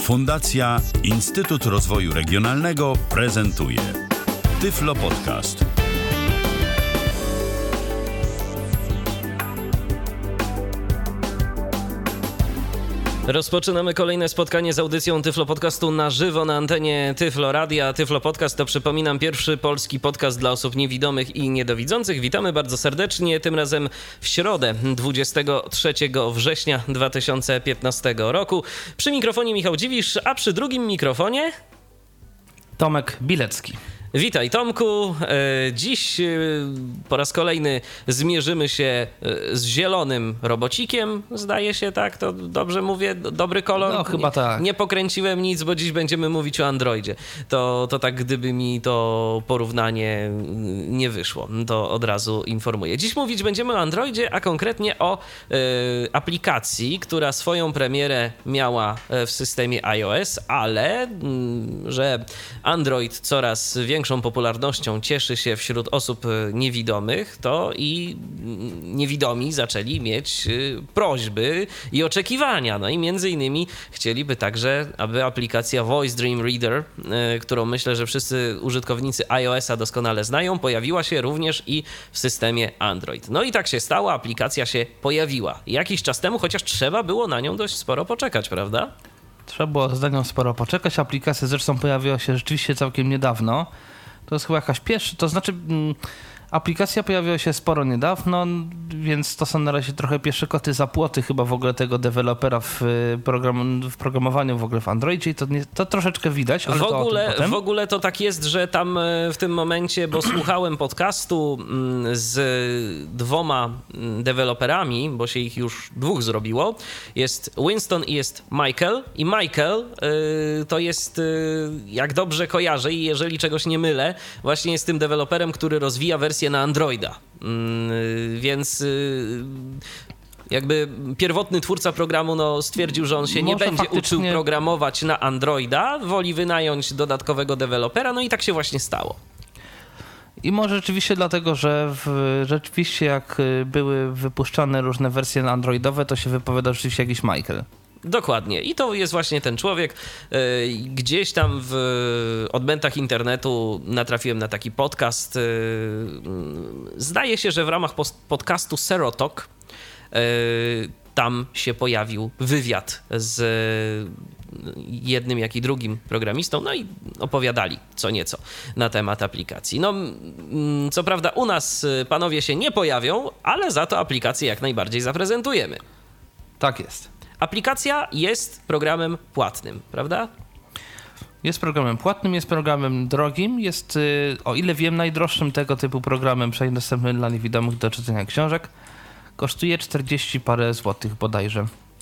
Fundacja Instytut Rozwoju Regionalnego prezentuje Tyflo Podcast. Rozpoczynamy kolejne spotkanie z audycją Tyflo Podcastu na żywo na antenie Tyflo Radia. Tyflo Podcast to, przypominam, pierwszy polski podcast dla osób niewidomych i niedowidzących. Witamy bardzo serdecznie, tym razem w środę 23 września 2015 roku. Przy mikrofonie Michał Dziwisz, a przy drugim mikrofonie Tomek Bilecki. Witaj, Tomku. Dziś po raz kolejny zmierzymy się z zielonym robocikiem, zdaje się, tak? To dobrze mówię? Dobry kolor? No, chyba tak. Nie pokręciłem nic, bo dziś będziemy mówić o Androidzie. To tak, gdyby mi to porównanie nie wyszło, to od razu informuję. Dziś mówić będziemy o Androidzie, a konkretnie o aplikacji, która swoją premierę miała w systemie iOS, ale że Android coraz większą popularnością cieszy się wśród osób niewidomych, to i niewidomi zaczęli mieć prośby i oczekiwania. No i między innymi chcieliby także, aby aplikacja Voice Dream Reader, którą myślę, że wszyscy użytkownicy iOS-a doskonale znają, pojawiła się również i w systemie Android. No i tak się stało, aplikacja się pojawiła jakiś czas temu, chociaż trzeba było na nią dość sporo poczekać, prawda? Trzeba było z nią sporo poczekać. Aplikacja zresztą pojawiła się rzeczywiście całkiem niedawno. To jest chyba jakaś pierwsza, to znaczy aplikacja pojawiła się sporo niedawno, więc to są na razie trochę pierwsze koty za płoty chyba w ogóle tego dewelopera w programowaniu w ogóle w Androidzie i to troszeczkę widać, ale w ogóle to tak jest, że tam w tym momencie, bo słuchałem podcastu z dwoma deweloperami, bo się ich już dwóch zrobiło, jest Winston i jest Michael i Michael to jest, jak dobrze kojarzę i jeżeli czegoś nie mylę, właśnie jest tym deweloperem, który rozwija wersję na Androida, więc jakby pierwotny twórca programu stwierdził, że on się nie będzie uczył programować na Androida, woli wynająć dodatkowego dewelopera, no i tak się właśnie stało. I może rzeczywiście dlatego, że rzeczywiście jak były wypuszczane różne wersje androidowe, to się wypowiadał rzeczywiście jakiś Michael. Dokładnie. I to jest właśnie ten człowiek. Gdzieś tam w odmętach internetu natrafiłem na taki podcast. Zdaje się, że w ramach podcastu Serotalk tam się pojawił wywiad z jednym, jak i drugim programistą, no i opowiadali co nieco na temat aplikacji. No, co prawda u nas panowie się nie pojawią, ale za to aplikację jak najbardziej zaprezentujemy. Tak jest. Aplikacja jest programem płatnym, prawda? Jest programem płatnym, jest programem drogim, jest, o ile wiem, najdroższym tego typu programem dostępnym dla niewidomych do czytania książek. Kosztuje 40 parę złotych bodajże.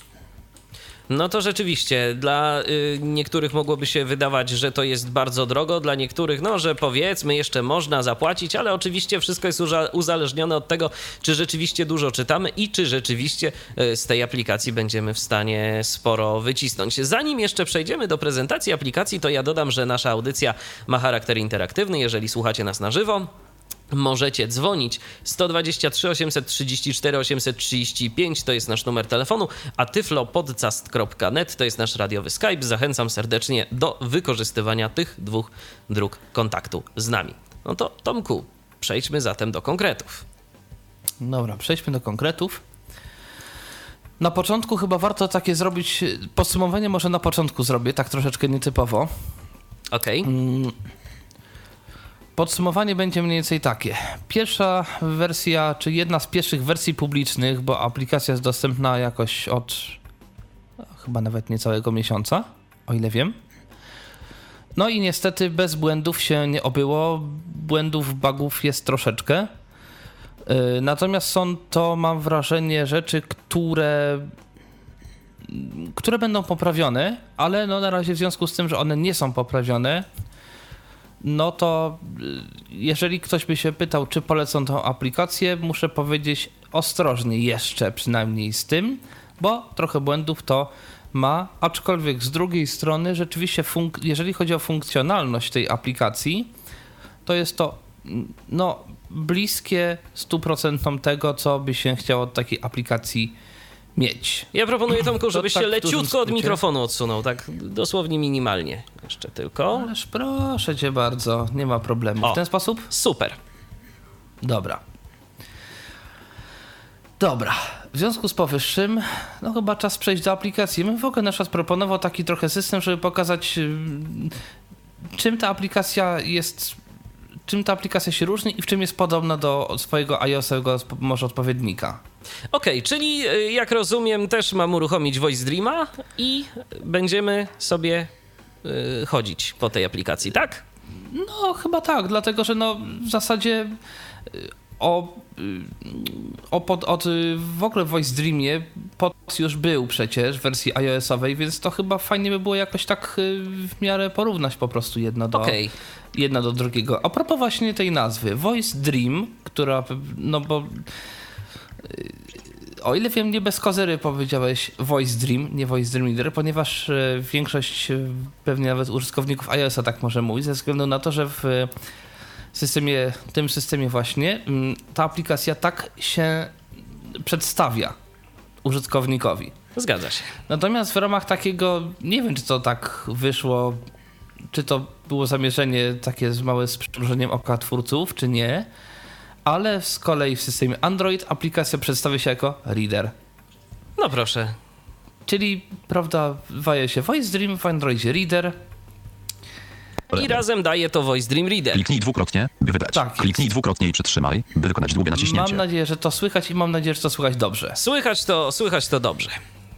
No to rzeczywiście, dla niektórych mogłoby się wydawać, że to jest bardzo drogo, dla niektórych, że powiedzmy jeszcze można zapłacić, ale oczywiście wszystko jest uzależnione od tego, czy rzeczywiście dużo czytamy i czy rzeczywiście z tej aplikacji będziemy w stanie sporo wycisnąć. Zanim jeszcze przejdziemy do prezentacji aplikacji, to ja dodam, że nasza audycja ma charakter interaktywny, jeżeli słuchacie nas na żywo. Możecie dzwonić 123 834 835, to jest nasz numer telefonu, a tyflopodcast.net to jest nasz radiowy Skype. Zachęcam serdecznie do wykorzystywania tych dwóch dróg kontaktu z nami. No to Tomku, przejdźmy zatem do konkretów. Dobra, przejdźmy do konkretów. Na początku chyba warto takie zrobić, podsumowanie może na początku zrobię, tak troszeczkę nietypowo. Okej. Podsumowanie będzie mniej więcej takie. Pierwsza wersja, czy jedna z pierwszych wersji publicznych, bo aplikacja jest dostępna jakoś od chyba nawet niecałego miesiąca, o ile wiem. No i niestety bez błędów się nie obyło. Błędów, bugów jest troszeczkę. Natomiast są to, mam wrażenie, rzeczy, które będą poprawione, ale na razie w związku z tym, że one nie są poprawione, no to jeżeli ktoś by się pytał, czy polecą tą aplikację, muszę powiedzieć ostrożnie jeszcze przynajmniej z tym, bo trochę błędów to ma, aczkolwiek z drugiej strony rzeczywiście jeżeli chodzi o funkcjonalność tej aplikacji, to jest to bliskie 100% tego, co by się chciało od takiej aplikacji mieć. Ja proponuję, Tomku, żebyś tak się w dużym leciutko od skrócie. mikrofonu odsunął, tak dosłownie minimalnie jeszcze tylko. Ależ proszę cię bardzo, nie ma problemu. O. W ten sposób? Super. Dobra. W związku z powyższym, no chyba czas przejść do aplikacji. My w ogóle nasz czas proponował taki trochę system, żeby pokazać, czym ta aplikacja się różni i w czym jest podobna do swojego iOS-owego może odpowiednika. Okej, czyli jak rozumiem, też mam uruchomić Voice Dreama i będziemy sobie chodzić po tej aplikacji, tak? No chyba tak, dlatego że no w zasadzie w ogóle w Voice Dreamie pod już był przecież w wersji iOS-owej, więc to chyba fajnie by było jakoś tak w miarę porównać po prostu jedno do drugiego. A propos właśnie tej nazwy, Voice Dream, która, no bo o ile wiem, nie bez kozery powiedziałeś Voice Dream, nie Voice Dream Reader, ponieważ większość pewnie nawet użytkowników iOS-a tak może mówić, ze względu na to, że w tym systemie właśnie ta aplikacja tak się przedstawia użytkownikowi. Zgadza się. Natomiast w ramach takiego, nie wiem czy to tak wyszło, czy to było zamierzenie takie małe z przymrużeniem oka twórców, czy nie, ale z kolei w systemie Android aplikacja przedstawia się jako Reader. No proszę. Czyli, prawda, w iOSie Voice Dream, w Androidzie Reader. I razem daje to Voice Dream Reader. Kliknij dwukrotnie, by wydać. Tak. Kliknij dwukrotnie i przytrzymaj, by wykonać długie naciśnięcie. Mam nadzieję, że to słychać i mam nadzieję, że to słychać dobrze. Słychać to dobrze.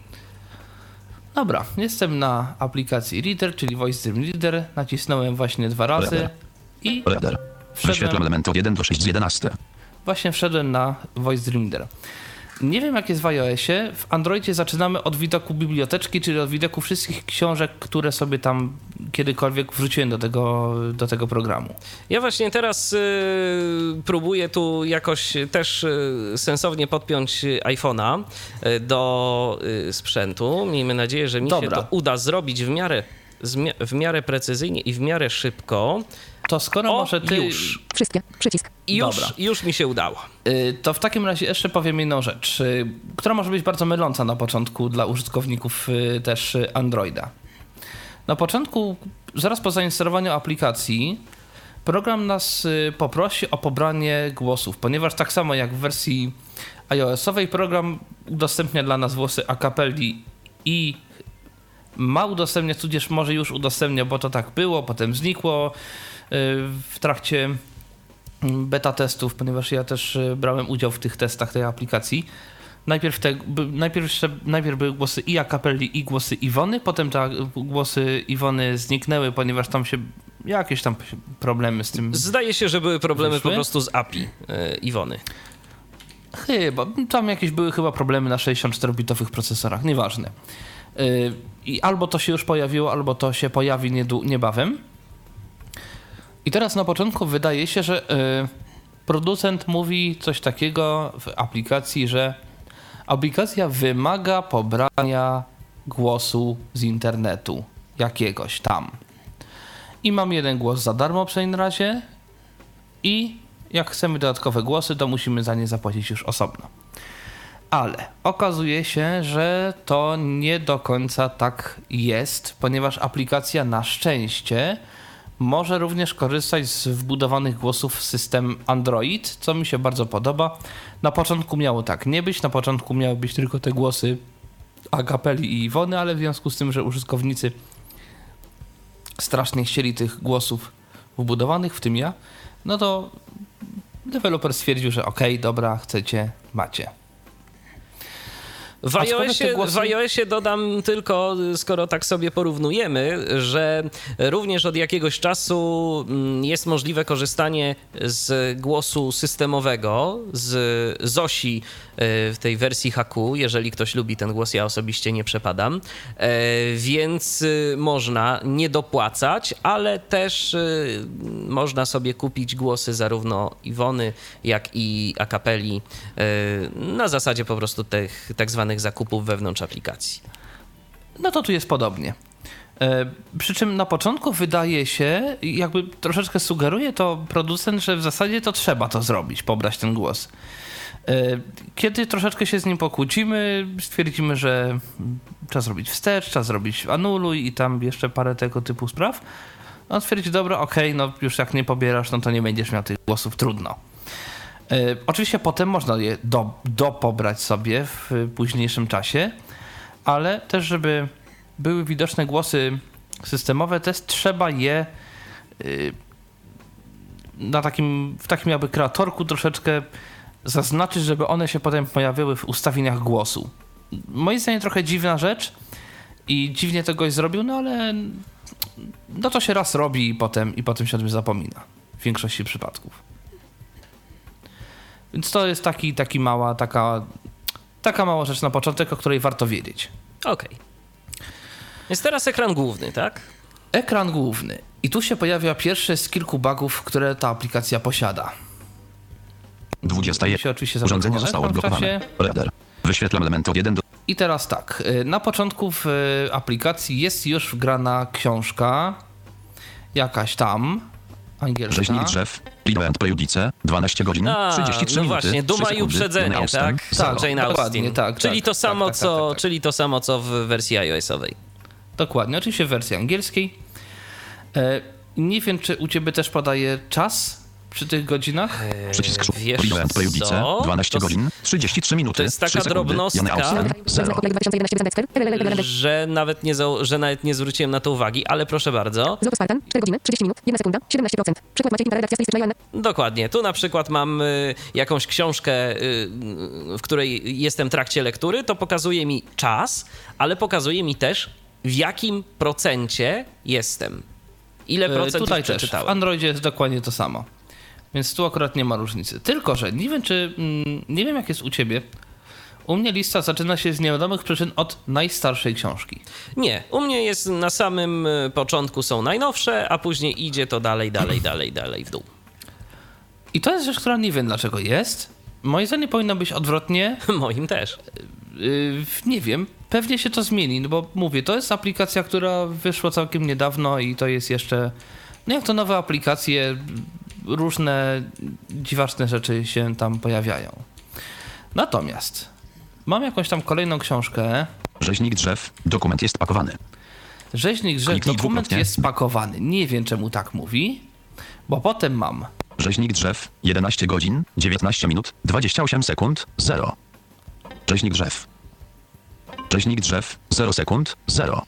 Dobra, jestem na aplikacji Reader, czyli Voice Dream Reader. Nacisnąłem właśnie 2 razy Reader. i Reader. Wyświetlam elementy od 1 do 6 z 11. właśnie wszedłem na Voice Dream Reader. Nie wiem jak jest w iOSie, w Androidzie zaczynamy od widoku biblioteczki, czyli od widoku wszystkich książek, które sobie tam kiedykolwiek wrzuciłem do tego programu. Ja właśnie teraz próbuję tu jakoś też sensownie podpiąć iPhone'a do sprzętu. Miejmy nadzieję, że mi się to uda zrobić w miarę precyzyjnie i w miarę szybko. To skoro może ty... Już. Wszystkie. Przycisk. I Dobra. już mi się udało. To w takim razie jeszcze powiem jedną rzecz, która może być bardzo myląca na początku dla użytkowników też Androida. Na początku, zaraz po zainstalowaniu aplikacji, program nas poprosi o pobranie głosów, ponieważ tak samo jak w wersji iOS-owej program udostępnia dla nas głosy a cappelli i ma udostępniać, tudzież może już udostępnia, bo to tak było, potem znikło w trakcie beta testów, ponieważ ja też brałem udział w tych testach tej aplikacji. Najpierw były głosy i a cappelli i głosy Iwony, potem te głosy Iwony zniknęły, ponieważ tam się jakieś tam problemy z tym Zdaje się, że były problemy wyszły? po prostu z API Iwony. Chyba, tam jakieś były chyba problemy na 64-bitowych procesorach, nieważne. I albo to się już pojawiło, albo to się pojawi niebawem. I teraz na początku wydaje się, że producent mówi coś takiego w aplikacji, że aplikacja wymaga pobrania głosu z internetu jakiegoś tam. I mam jeden głos za darmo przynajmniej na razie i jak chcemy dodatkowe głosy, to musimy za nie zapłacić już osobno. Ale okazuje się, że to nie do końca tak jest, ponieważ aplikacja na szczęście może również korzystać z wbudowanych głosów w system Android, co mi się bardzo podoba. Na początku miało tak nie być, na początku miały być tylko te głosy a cappelli i Iwony, ale w związku z tym, że użytkownicy strasznie chcieli tych głosów wbudowanych, w tym ja, no to deweloper stwierdził, że okej, dobra, chcecie, macie. W iOSie dodam tylko, skoro tak sobie porównujemy, że również od jakiegoś czasu jest możliwe korzystanie z głosu systemowego, z Zosi w tej wersji HQ, jeżeli ktoś lubi ten głos, ja osobiście nie przepadam, więc można nie dopłacać, ale też można sobie kupić głosy zarówno Iwony, jak i a cappelli na zasadzie po prostu tych tak zwanych zakupów wewnątrz aplikacji. No to tu jest podobnie. Przy czym na początku wydaje się, jakby troszeczkę sugeruje to producent, że w zasadzie to trzeba to zrobić, pobrać ten głos. Kiedy troszeczkę się z nim pokłócimy, stwierdzimy, że czas zrobić wstecz, czas zrobić anuluj i tam jeszcze parę tego typu spraw. On stwierdzi, dobra, okej, no już jak nie pobierasz, no to nie będziesz miał tych głosów, trudno. Oczywiście potem można je dopobrać sobie w późniejszym czasie, ale też, żeby były widoczne głosy systemowe, też trzeba je w takim jakby kreatorku troszeczkę zaznaczyć, żeby one się potem pojawiły w ustawieniach głosu. Moim zdaniem trochę dziwna rzecz i dziwnie to goś zrobił, no ale no to się raz robi i potem się o tym zapomina w większości przypadków. Więc to jest taka mała rzecz na początek, o której warto wiedzieć. Okej. Jest teraz ekran główny, tak? Ekran główny. I tu się pojawia pierwszy z kilku bugów, które ta aplikacja posiada. 21. Się oczywiście Urządzenie zostało odblokowane. Reader. Wyświetlam element od 1 do... I teraz tak. Na początku w aplikacji jest już wgrana książka jakaś tam, angielska. Rzeźnik drzew. Lido and Prejudice. 12 godzin. 33 no minuty. właśnie, Duma i uprzedzenie, tak? Tak, Jane dokładnie, Austen. tak. Czyli to samo, tak. Czyli to samo, co w wersji iOS-owej. Dokładnie, oczywiście w wersji angielskiej. Nie wiem, czy u ciebie też podaje czas przy tych godzinach? Przycisk szuk. Wiesz Lido and Prejudice. co? 12 godzin. 33 minuty. To jest taka 3 sekundy. drobnostka, Jane Austen. 0. że nawet nie zwróciłem na to uwagi, ale proszę bardzo. Złoto Spartan, 4 godziny, 30 minut, 1 sekunda, 17%. Przykład Maciej, redakcja z listy. Dokładnie. Tu na przykład mam jakąś książkę, w której jestem w trakcie lektury, to pokazuje mi czas, ale pokazuje mi też, w jakim procencie jestem. Ile procent Tutaj już też. przeczytałem. W Androidzie jest dokładnie to samo. Więc tu akurat nie ma różnicy. Tylko że nie wiem jak jest u ciebie. U mnie lista zaczyna się z niewiadomych przyczyn od najstarszej książki. Nie, u mnie jest na samym początku są najnowsze, a później idzie to dalej w dół. I to jest rzecz, która nie wiem dlaczego jest. Moim zdaniem powinno być odwrotnie. Moim też. Nie wiem, pewnie się to zmieni, no bo mówię, to jest aplikacja, która wyszła całkiem niedawno i to jest jeszcze, no jak to nowe aplikacje, różne dziwaczne rzeczy się tam pojawiają. Natomiast mam jakąś tam kolejną książkę. Rzeźnik drzew. Dokument jest pakowany. Rzeźnik drzew, Kliknij dokument dwukrotnie. jest spakowany. Nie wiem czemu tak mówi, bo potem mam Rzeźnik drzew. 11 godzin. 19 minut. 28 sekund. 0. Rzeźnik drzew. Rzeźnik drzew. 0 sekund. 0.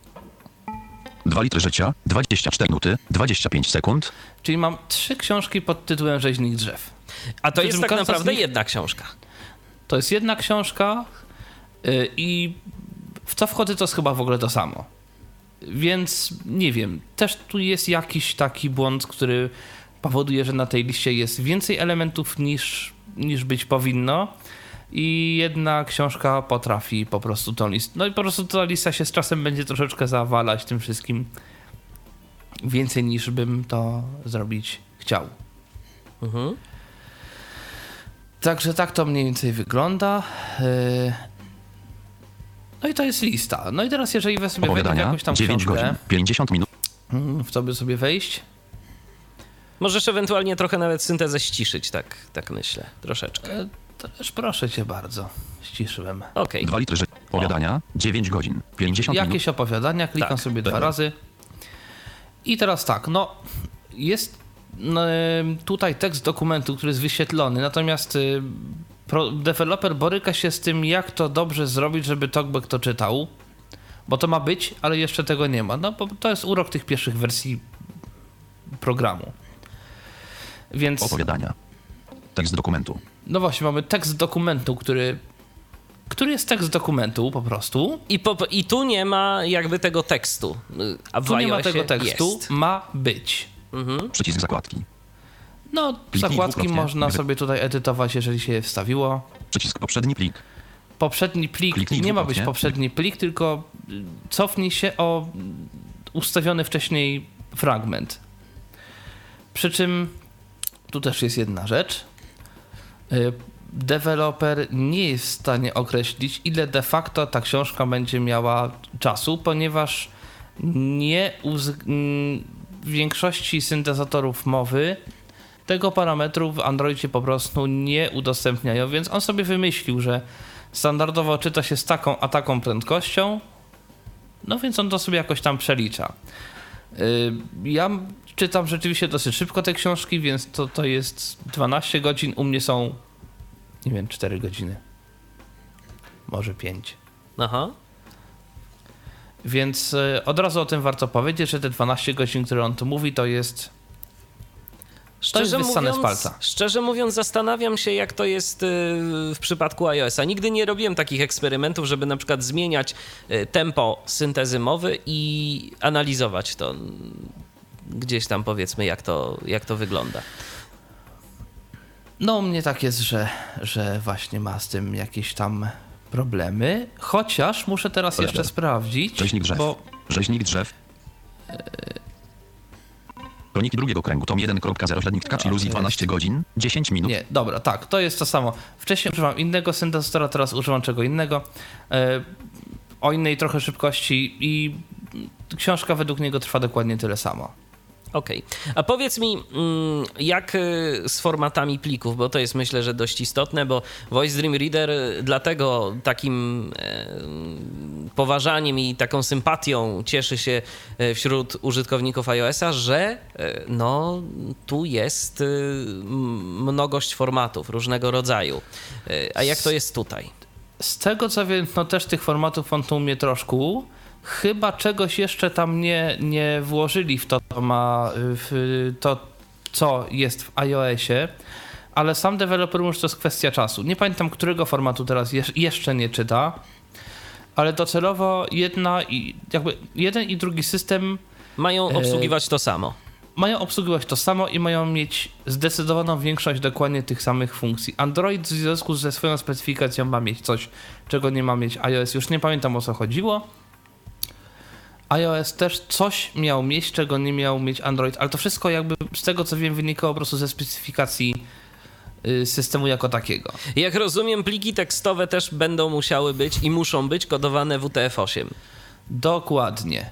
2 litry życia. 24 minuty. 25 sekund. czyli mam 3 książki pod tytułem Rzeźnik drzew. A to Przy jest czym tak każda z naprawdę nich- jedna książka. To jest jedna książka i w co wchodzę, to jest chyba w ogóle to samo. Więc nie wiem, też tu jest jakiś taki błąd, który powoduje, że na tej liście jest więcej elementów niż być powinno i jedna książka potrafi po prostu tą listę. No i po prostu ta lista się z czasem będzie troszeczkę zawalać tym wszystkim więcej niż bym to zrobić chciał. Mhm. Także tak to mniej więcej wygląda. No i to jest lista. No i teraz jeżeli sobie wejdę w Opowiadania. jakąś tam 9 książkę, godzin. 50 minut. w co by sobie wejść? Możesz ewentualnie trochę nawet syntezę ściszyć, tak myślę, troszeczkę. To też proszę cię bardzo. Ściszyłem. Okej. 2 litry życia. Opowiadania. 9 godzin. 50 minut. Jakieś opowiadania, klikam Tak, sobie 2 tak. razy. I teraz tak, no jest tutaj tekst dokumentu, który jest wyświetlony, natomiast deweloper boryka się z tym, jak to dobrze zrobić, żeby TalkBack to czytał, bo to ma być, ale jeszcze tego nie ma. No bo to jest urok tych pierwszych wersji programu. Więc Opowiadania. Tekst dokumentu. no właśnie, mamy tekst dokumentu, który jest tekst dokumentu po prostu. I tu nie ma jakby tego tekstu. A w Tu nie ma iOSie tego tekstu, jest. ma być. Przycisk zakładki. No, zakładki dwukrotnie. można sobie tutaj edytować, jeżeli się je wstawiło. Przycisk poprzedni plik. Poprzedni plik, Kliknij nie ma być dwukrotnie. poprzedni plik, tylko cofnij się o ustawiony wcześniej fragment. Przy czym tu też jest jedna rzecz. Deweloper nie jest w stanie określić, ile de facto ta książka będzie miała czasu, ponieważ w większości syntezatorów mowy Tego parametru w Androidzie po prostu nie udostępniają, więc on sobie wymyślił, że standardowo czyta się z taką a taką prędkością, no więc on to sobie jakoś tam przelicza. Ja czytam rzeczywiście dosyć szybko te książki, więc to jest 12 godzin, u mnie są, nie wiem, 4 godziny. Może 5. Aha. Więc od razu o tym warto powiedzieć, że te 12 godzin, które on tu mówi, to jest wyssane z palca. Szczerze mówiąc, zastanawiam się, jak to jest w przypadku iOS-a. Nigdy nie robiłem takich eksperymentów, żeby na przykład zmieniać tempo syntezy mowy i analizować to gdzieś tam, powiedzmy, jak to wygląda. No u mnie tak jest, że właśnie ma z tym jakieś tam problemy, chociaż muszę teraz jeszcze sprawdzić, Rzeźnik drzew. bo Rzeźnik drzew. Kroniki drugiego kręgu, tom 1.0, średnik tkacz iluzji 12 godzin, 10 minut. nie, dobra, tak, to jest to samo. Wcześniej używam innego syntezatora, teraz używam czego innego, o innej trochę szybkości i książka według niego trwa dokładnie tyle samo. Okej. A powiedz mi, jak z formatami plików, bo to jest, myślę, że dość istotne, bo Voice Dream Reader dlatego takim poważaniem i taką sympatią cieszy się wśród użytkowników iOS-a, że no, tu jest mnogość formatów różnego rodzaju. A jak to jest tutaj? Z tego co wiem, no też tych formatów on tu umie troszkę. Chyba czegoś jeszcze tam nie włożyli w to, co jest w iOSie, ale sam deweloper mówi, że to jest kwestia czasu. Nie pamiętam, którego formatu teraz jeszcze nie czyta, ale docelowo jeden i drugi system Mają obsługiwać to samo. Mają obsługiwać to samo i mają mieć zdecydowaną większość dokładnie tych samych funkcji. Android w związku ze swoją specyfikacją ma mieć coś, czego nie ma mieć iOS. Już nie pamiętam, o co chodziło. iOS też coś miał mieć, czego nie miał mieć Android, ale to wszystko jakby z tego co wiem wynikało po prostu ze specyfikacji systemu jako takiego. Jak rozumiem, pliki tekstowe też będą musiały być i muszą być kodowane WTF-8. Dokładnie.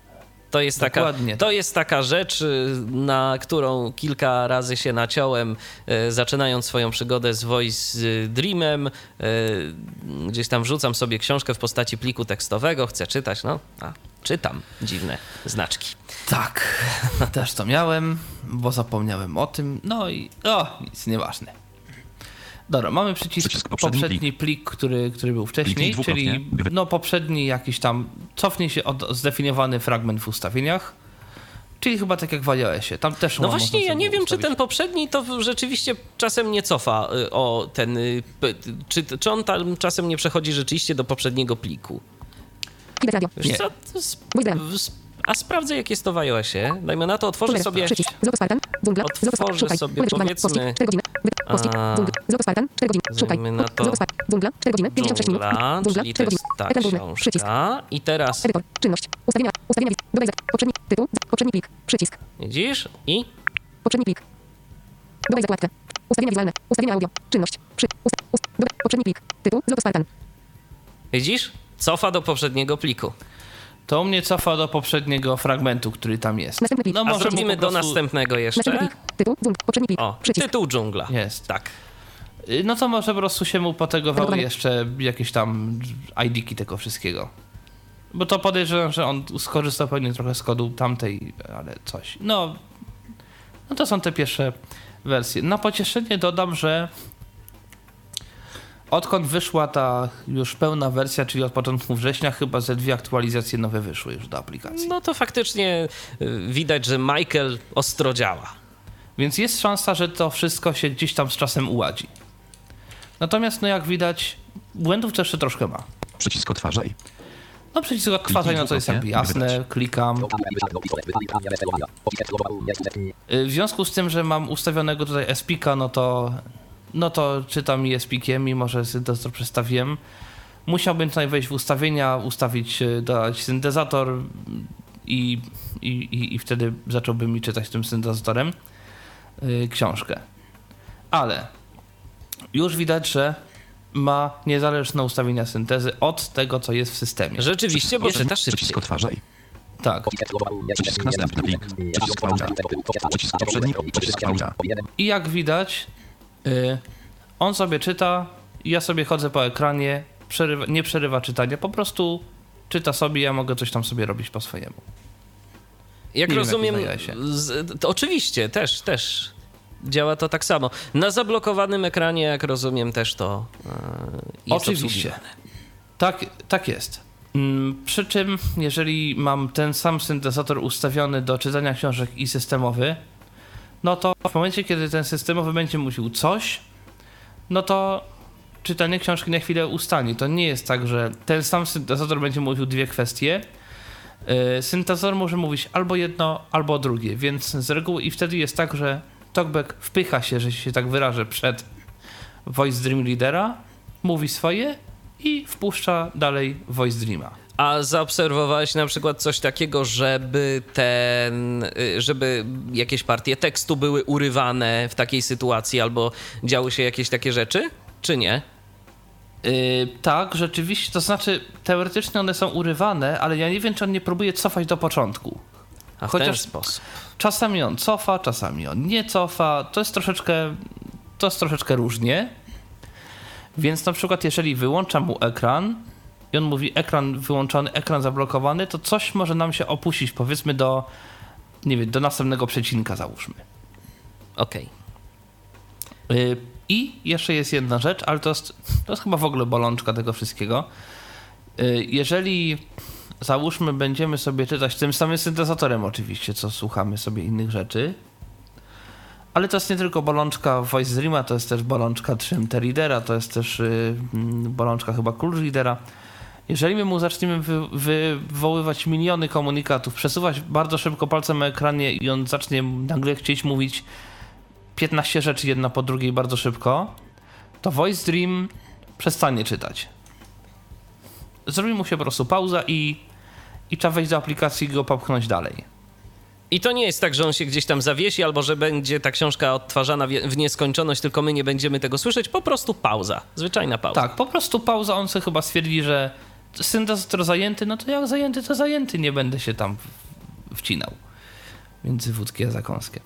To jest taka rzecz, na którą kilka razy się naciąłem, zaczynając swoją przygodę z Voice Dreamem. Gdzieś tam wrzucam sobie książkę w postaci pliku tekstowego, chcę czytać, czytam dziwne znaczki. Tak, też to miałem, bo zapomniałem o tym, no i nic, nieważne. Dobra, mamy przycisk poprzedni plik, który był wcześniej, czyli poprzedni jakiś tam, cofnie się zdefiniowany fragment w ustawieniach, czyli chyba tak jak w iOSie. Tam też no właśnie, ja nie wiem, czy ten poprzedni to rzeczywiście czasem nie cofa o ten, czy on tam czasem nie przechodzi rzeczywiście do poprzedniego pliku. Wiesz co? A sprawdzę, jak jest to w iOSie. Dajmy na to, otworzę sobie, powiedzmy, dajmy na to Dżungla, czyli to jest ta książka. I teraz Czynność. Ustawienia list. Dodaj poprzedni tytuł. Poprzedni plik. Przycisk. widzisz i Poprzedni plik. Dodaj zakładkę. Ustawienia wizualne. Ustawienia audio. Czynność. Dodaj poprzedni plik. Tytuł. Zlot Spartan. widzisz? Cofa do poprzedniego pliku. To mnie cofa do poprzedniego fragmentu, który tam jest. Następny plik. A zrobimy do następnego jeszcze. Następny plik. Tytuł. Poprzedni plik. O, Przycisk. tytuł dżungla. Jest. Tak. No to może po prostu się mu potegowały jeszcze jakieś tam ID-ki tego wszystkiego. Bo to podejrzewam, że on skorzystał pewnie trochę z kodu tamtej, ale coś. No to są te pierwsze wersje. Na pocieszenie dodam, że odkąd wyszła ta już pełna wersja, czyli od początku września, chyba ze 2 aktualizacje nowe wyszły już do aplikacji. No to faktycznie widać, że Michael ostro działa. Więc jest szansa, że to wszystko się gdzieś tam z czasem uładzi. Natomiast, jak widać, błędów też jeszcze troszkę ma. Przycisk odtwarzaj. Przycisk odtwarzaj, to jest jakby jasne, klikam. W związku z tym, że mam ustawionego tutaj SPIK-a, no to czytam i SPIK-iem, mimo że syntezator przestawiłem. Musiałbym tutaj wejść w ustawienia, dodać syntezator i wtedy zacząłbym mi czytać tym syntezatorem książkę. Ale już widać, że ma niezależne ustawienia syntezy od tego, co jest w systemie. Rzeczywiście, bo czyta szybciej. Przycisk odtwarzaj. Tak. Przycisk następny plik. Przycisk pauza. Przycisk poprzedni. Przycisk pauza. I jak widać, on sobie czyta, ja sobie chodzę po ekranie, nie przerywa czytania, po prostu czyta sobie, ja mogę coś tam sobie robić po swojemu. Jak Nie wiem, rozumiem, jak wydaje się. to oczywiście, też działa to tak samo. Na zablokowanym ekranie, jak rozumiem, też to jest Oczywiście. obsługiwane. Tak jest. Przy czym, jeżeli mam ten sam syntezator ustawiony do czytania książek i systemowy, no to w momencie, kiedy ten systemowy będzie mówił coś, no to czytanie książki na chwilę ustanie. To nie jest tak, że ten sam syntezator będzie mówił dwie kwestie. Syntezator może mówić albo jedno, albo drugie, więc z reguły i wtedy jest tak, że TalkBack wpycha się, że się tak wyrażę, przed Voice Dream Readera, mówi swoje i wpuszcza dalej Voice Dreama. A zaobserwowałeś na przykład coś takiego, żeby jakieś partie tekstu były urywane w takiej sytuacji albo działy się jakieś takie rzeczy, czy nie? Tak, rzeczywiście, to znaczy teoretycznie one są urywane, ale ja nie wiem, czy on nie próbuje cofać do początku. A w Chociaż ten sposób. czasami on cofa, czasami on nie cofa, to jest troszeczkę różnie. Więc na przykład jeżeli wyłączam mu ekran i on mówi ekran wyłączony, ekran zablokowany, to coś może nam się opuścić, powiedzmy do następnego przecinka załóżmy. Okej. I jeszcze jest jedna rzecz, ale to jest chyba w ogóle bolączka tego wszystkiego. Jeżeli załóżmy będziemy sobie czytać tym samym syntezatorem oczywiście, co słuchamy sobie innych rzeczy, ale to jest nie tylko bolączka Voice Dreama, to jest też bolączka Trimte Readera, to jest też bolączka chyba Cool Readera. Jeżeli my mu zaczniemy wywoływać miliony komunikatów, przesuwać bardzo szybko palcem na ekranie i on zacznie nagle chcieć mówić 15 rzeczy jedna po drugiej bardzo szybko, to Voice Dream przestanie czytać. Zrobi mu się po prostu pauza i trzeba wejść do aplikacji i go popchnąć dalej. I to nie jest tak, że on się gdzieś tam zawiesi, albo że będzie ta książka odtwarzana w nieskończoność, tylko my nie będziemy tego słyszeć. Po prostu pauza. Zwyczajna pauza. Tak, po prostu pauza. On sobie chyba stwierdzi, że syntezator zajęty, no to jak zajęty, to zajęty. Nie będę się tam wcinał między wódkę a zakąskę.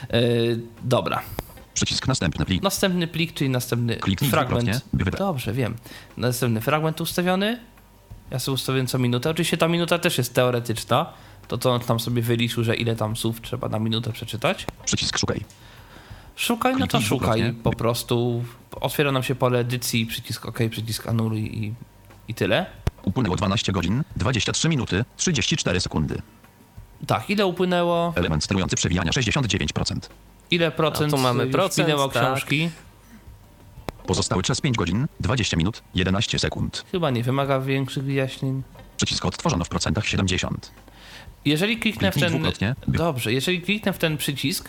Dobra. Przycisk następny plik. Następny plik, czyli następny Kliknij fragment. dwukrotnie, by wybrać. Dobrze, wiem. Następny fragment ustawiony. Ja sobie ustawiłem co minutę. Oczywiście ta minuta też jest teoretyczna. To on tam sobie wyliczył, że ile tam słów trzeba na minutę przeczytać. Przycisk szukaj. Szukaj, no to Kliknij szukaj. dwukrotnie. Po prostu otwiera nam się pole edycji, przycisk OK, przycisk anuluj i tyle. Upłynęło 12 godzin, 23 minuty, 34 sekundy. Tak, ile upłynęło? Element sterujący przewijania 69%. Ile procent A tu mamy już procent, minęło tak. książki? Pozostały czas 5 godzin, 20 minut, 11 sekund. Chyba nie wymaga większych wyjaśnień. Przycisk odtworzono w procentach 70. Jeżeli kliknę w Kliknij ten... dwukrotnie, by- Dobrze, jeżeli kliknę w ten przycisk,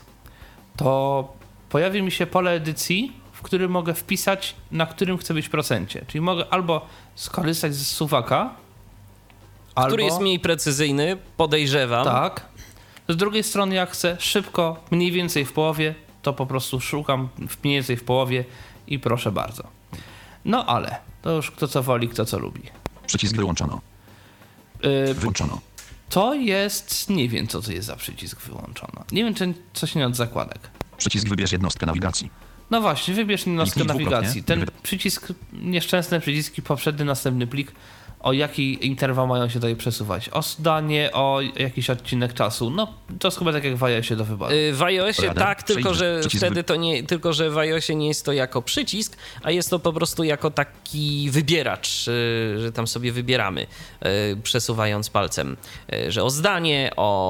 to pojawi mi się pole edycji, w którym mogę wpisać, na którym chcę być procencie. Czyli mogę albo skorzystać z suwaka, albo... Który jest mniej precyzyjny, podejrzewam. Tak. Z drugiej strony, jak chcę szybko, mniej więcej w połowie, to po prostu szukam mniej więcej w połowie i proszę bardzo. No ale, to już kto co woli, kto co lubi. Przycisk wyłączono. Wyłączono. To jest... Nie wiem, co to jest za przycisk wyłączono. Nie wiem, czy coś nie od zakładek. Przycisk wybierz jednostkę nawigacji. No właśnie, wybierz jednostkę Kliknij nawigacji. dwukrotnie. Ten przycisk, nieszczęsne przyciski, poprzedni, następny plik, o jaki interwał mają się tutaj przesuwać? O zdanie, o jakiś odcinek czasu? No, to jest chyba tak jak w iOSie do wyboru. W iOSie Radę. tak, tylko Przejdź że przycisk wtedy to nie, tylko że w iOSie nie jest to jako przycisk, a jest to po prostu jako taki wybieracz, że tam sobie wybieramy, przesuwając palcem, że o zdanie,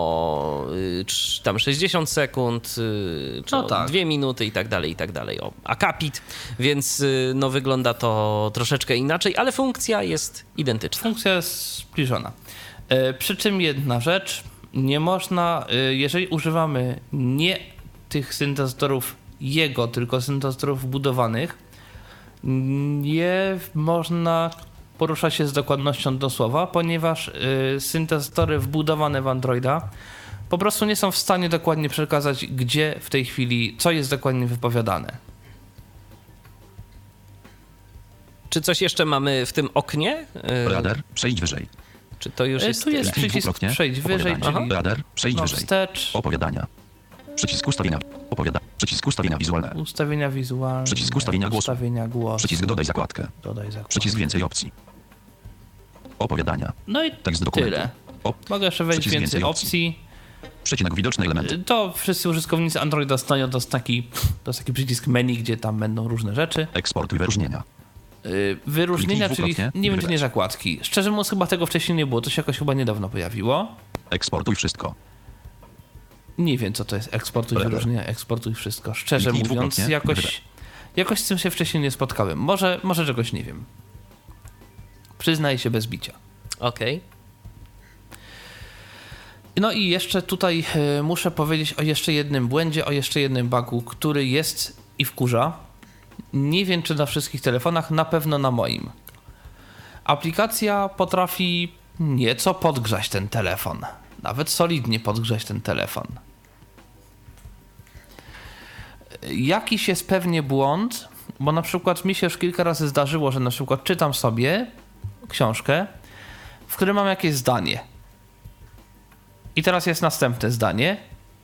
o tam 60 sekund, czy No o tak. 2 minuty i tak dalej, o akapit, więc no wygląda to troszeczkę inaczej, ale funkcja jest identyczna. Funkcja jest zbliżona. Przy czym jedna rzecz, nie można, jeżeli używamy nie tych syntezatorów jego, tylko syntezatorów wbudowanych, nie można poruszać się z dokładnością do słowa, ponieważ syntezatory wbudowane w Androida po prostu nie są w stanie dokładnie przekazać, gdzie w tej chwili, co jest dokładnie wypowiadane. Czy coś jeszcze mamy w tym oknie? Radar, przejdź wyżej. Czy to już jest... Tu jest Kliknij przycisk dwukrotnie. przejdź wyżej, Opowiadanie. czyli Radar. Przejdź wyżej. wstecz, Opowiadania. Przycisk ustawienia. Przycisk ustawienia wizualne. ustawienia wizualne, Przycisk ustawienia głosu. ustawienia głosu, Przycisk dodaj zakładkę. dodaj zakładkę. Przycisk więcej opcji. Opowiadania. No i Tekst dokumentu. tyle. Mogę jeszcze wejść Przycisk więcej więcej opcji. Przecinek widoczne elementy. To wszyscy użytkownicy Androida znają, to jest taki przycisk menu, gdzie tam będą różne rzeczy. Eksportuj wyróżnienia. Wyróżnienia, Kliknij czyli dwukrotnie, nie będzie wydać. nie zakładki. Szczerze mówiąc, chyba tego wcześniej nie było, to się jakoś chyba niedawno pojawiło. Eksportuj wszystko. Nie wiem, co to jest eksportuj Level. wyróżnienia, eksportuj wszystko. Szczerze Kliknij mówiąc, dwukrotnie, jakoś z tym się wcześniej nie spotkałem. Może czegoś nie wiem. Przyznaję się bez bicia. Okej. No i jeszcze tutaj muszę powiedzieć o jeszcze jednym błędzie, o jeszcze jednym bugu, który jest i wkurza. Nie wiem, czy na wszystkich telefonach, na pewno na moim. Aplikacja potrafi nieco podgrzać ten telefon. Nawet solidnie podgrzać ten telefon. Jakiś jest pewnie błąd, bo na przykład mi się już kilka razy zdarzyło, że na przykład czytam sobie książkę, w której mam jakieś zdanie. I teraz jest następne zdanie.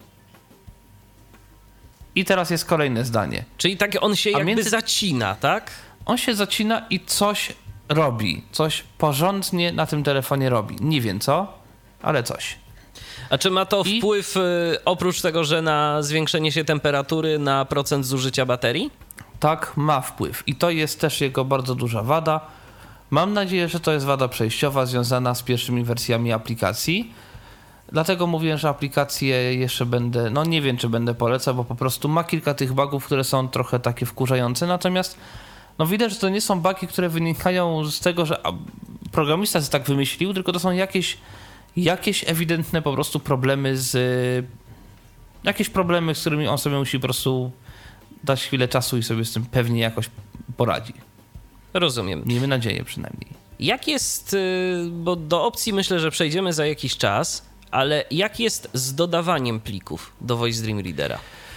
I teraz jest kolejne zdanie. Czyli tak on się jakby między- zacina, tak? On się zacina i coś robi. Coś porządnie na tym telefonie robi. Nie wiem co, ale coś. A czy ma to I- wpływ, oprócz tego, że na zwiększenie się temperatury, na procent zużycia baterii? Tak, ma wpływ. I to jest też jego bardzo duża wada. Mam nadzieję, że to jest wada przejściowa związana z pierwszymi wersjami aplikacji. Dlatego mówię, że aplikację jeszcze będę, no nie wiem, czy będę polecał, bo po prostu ma kilka tych bugów, które są trochę takie wkurzające. Natomiast no widać, że to nie są bugi, które wynikają z tego, że programista się tak wymyślił, tylko to są jakieś ewidentne po prostu problemy jakieś problemy, z którymi on sobie musi po prostu dać chwilę czasu i sobie z tym pewnie jakoś poradzi. Rozumiem. Miejmy nadzieję przynajmniej. Jak jest, bo do opcji myślę, że przejdziemy za jakiś czas, ale jak jest z dodawaniem plików do Voice Dream Readera?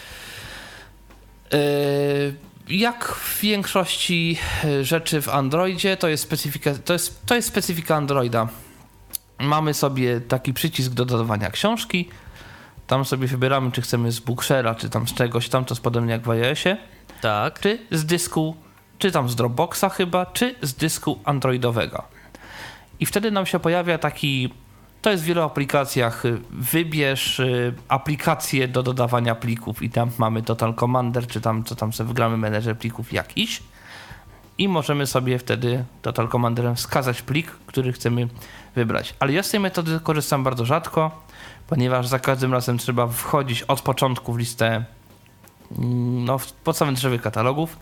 Jak w większości rzeczy w Androidzie, to jest specyfika Androida. Mamy sobie taki przycisk do dodawania książki. Tam sobie wybieramy, czy chcemy z Bookshare'a, czy tam z czegoś tam, to jest podobnie jak w iOSie. Tak. Czy z dysku, czy tam z Dropboxa chyba, czy z dysku androidowego. I wtedy nam się pojawia taki, to jest w wielu aplikacjach, wybierz aplikację do dodawania plików i tam mamy Total Commander, czy tam, co tam sobie wygramy, menedżer plików jakiś i możemy sobie wtedy Total Commanderem wskazać plik, który chcemy wybrać. Ale ja z tej metody korzystam bardzo rzadko, ponieważ za każdym razem trzeba wchodzić od początku w listę, no, w podstawowym drzewie katalogów.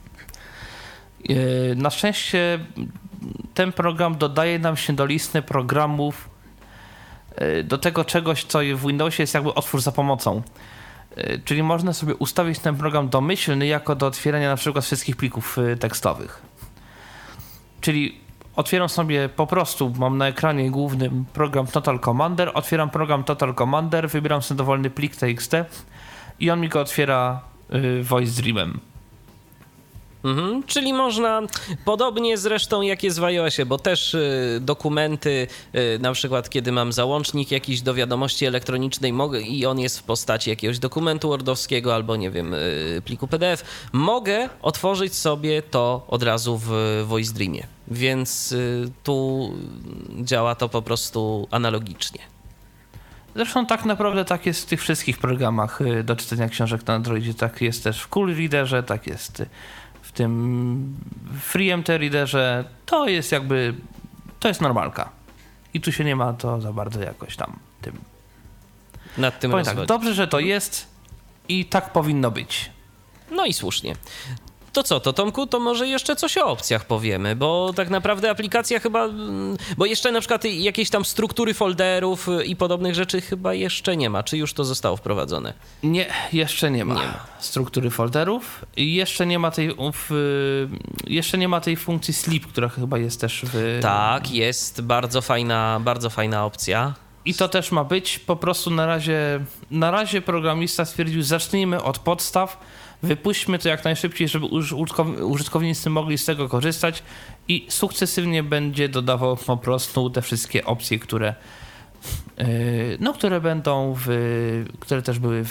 Na szczęście ten program dodaje nam się do listy programów do tego czegoś, co w Windowsie jest jakby otwórz za pomocą. Czyli można sobie ustawić ten program domyślny jako do otwierania na przykład wszystkich plików tekstowych. Czyli otwieram sobie po prostu, mam na ekranie głównym program Total Commander, otwieram program Total Commander, wybieram sobie dowolny plik TXT i on mi go otwiera Voice Dreamem. Mhm, czyli można, podobnie zresztą jak jest w iOSie, bo też dokumenty, na przykład kiedy mam załącznik jakiś do wiadomości elektronicznej i on jest w postaci jakiegoś dokumentu wordowskiego albo nie wiem, pliku PDF, mogę otworzyć sobie to od razu w Voice Dreamie, więc tu działa to po prostu analogicznie. Zresztą tak naprawdę tak jest w tych wszystkich programach do czytania książek na Androidzie, tak jest też w Cool Readerze, tak jest w tym FreeMT Readerze, to jest jakby, to jest normalka. I tu się nie ma to za bardzo jakoś tam tym. Nad tym Powiem tak, rozwodzić. dobrze, że to jest i tak powinno być. No i słusznie. To co, to Tomku, to może jeszcze coś o opcjach powiemy, bo tak naprawdę aplikacja chyba, bo jeszcze na przykład jakieś tam struktury folderów i podobnych rzeczy chyba jeszcze nie ma. Czy już to zostało wprowadzone? Nie, jeszcze nie ma, Nie ma. struktury folderów i jeszcze nie ma tej funkcji sleep, która chyba jest też w... Tak, jest bardzo fajna opcja. I to też ma być, po prostu na razie programista stwierdził, zacznijmy od podstaw, wypuśćmy to jak najszybciej, żeby użytkownicy mogli z tego korzystać i sukcesywnie będzie dodawał po prostu te wszystkie opcje, które będą które też były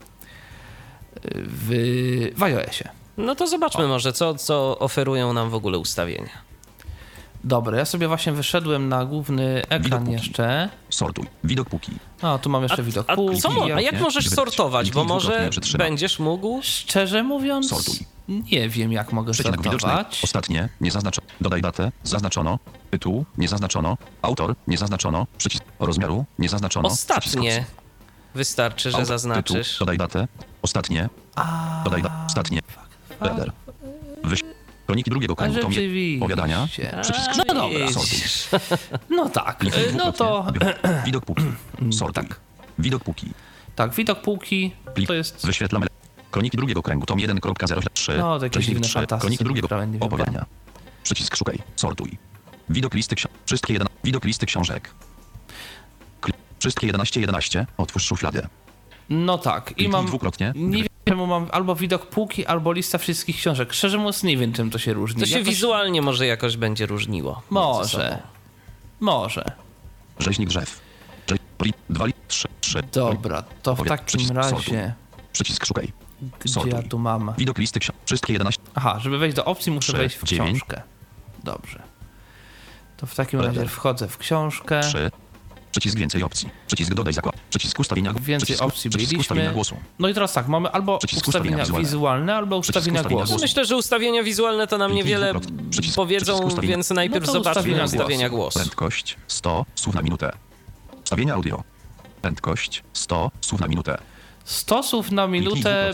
w iOSie. No to zobaczmy może, co oferują nam w ogóle ustawienia. Dobra, ja sobie właśnie wyszedłem na główny ekran jeszcze. Sortuj. Widok póki. Tu mam jeszcze widok półki. A jak możesz sortować? Bo może będziesz mógł... Szczerze mówiąc, sortuj. Nie wiem, jak mogę Przecinek widoczny. sortować. Ostatnie. Nie zaznaczono. Dodaj datę. Zaznaczono. Tytuł. Nie zaznaczono. Autor. Nie zaznaczono. Przycisk rozmiaru. Nie zaznaczono. Ostatnie. Wystarczy, że Autor, zaznaczysz. Tytuł. Dodaj datę. Ostatnie. Dodaj datę. Ostatnie. Header. Kroniki drugiego kręgu. Tom powiadania. Przycisk No dobra. No tak. No to... Widok półki. Sortuj. Tak. Widok półki. Tak, widok półki to jest... Wyświetlam kroniki drugiego kręgu. Tom 1.03. No, to jakieś dziwne fantastyczne Kroniki drugiego nie opowiadania. Przycisk szukaj. Sortuj. Widok listy książek. Widok listy książek. Wszystkie 11. Otwórz szufladę. No tak. I mam... dwukrotnie. Nie wiem, czemu mam albo widok półki, albo lista wszystkich książek. Szczerze mówiąc, nie wiem, czym to się różni. To się wizualnie może jakoś będzie różniło. Może. Rzeźnik drzew. 2, 3. Dobra, to w takim razie... Przycisk szukaj. Gdzie ja tu mam? Widok listy książek. Wszystkie 11. Aha, żeby wejść do opcji, muszę 3, wejść w 9. książkę. Dobrze. To w takim razie wchodzę w książkę. 3. Przycisk więcej opcji. Przycisk dodaj zakład. Przycisk ustawienia głosu. Więcej opcji Przycisk ustawienia głosu. No i teraz tak, mamy albo Przycisk ustawienia wizualne, albo ustawienia głosu. Myślę, że ustawienia wizualne to nam niewiele powiedzą, więc najpierw zobaczmy ustawienia głosu. Prędkość 100 słów na minutę. Ustawienia audio. Prędkość 100 słów na minutę. 100 słów na minutę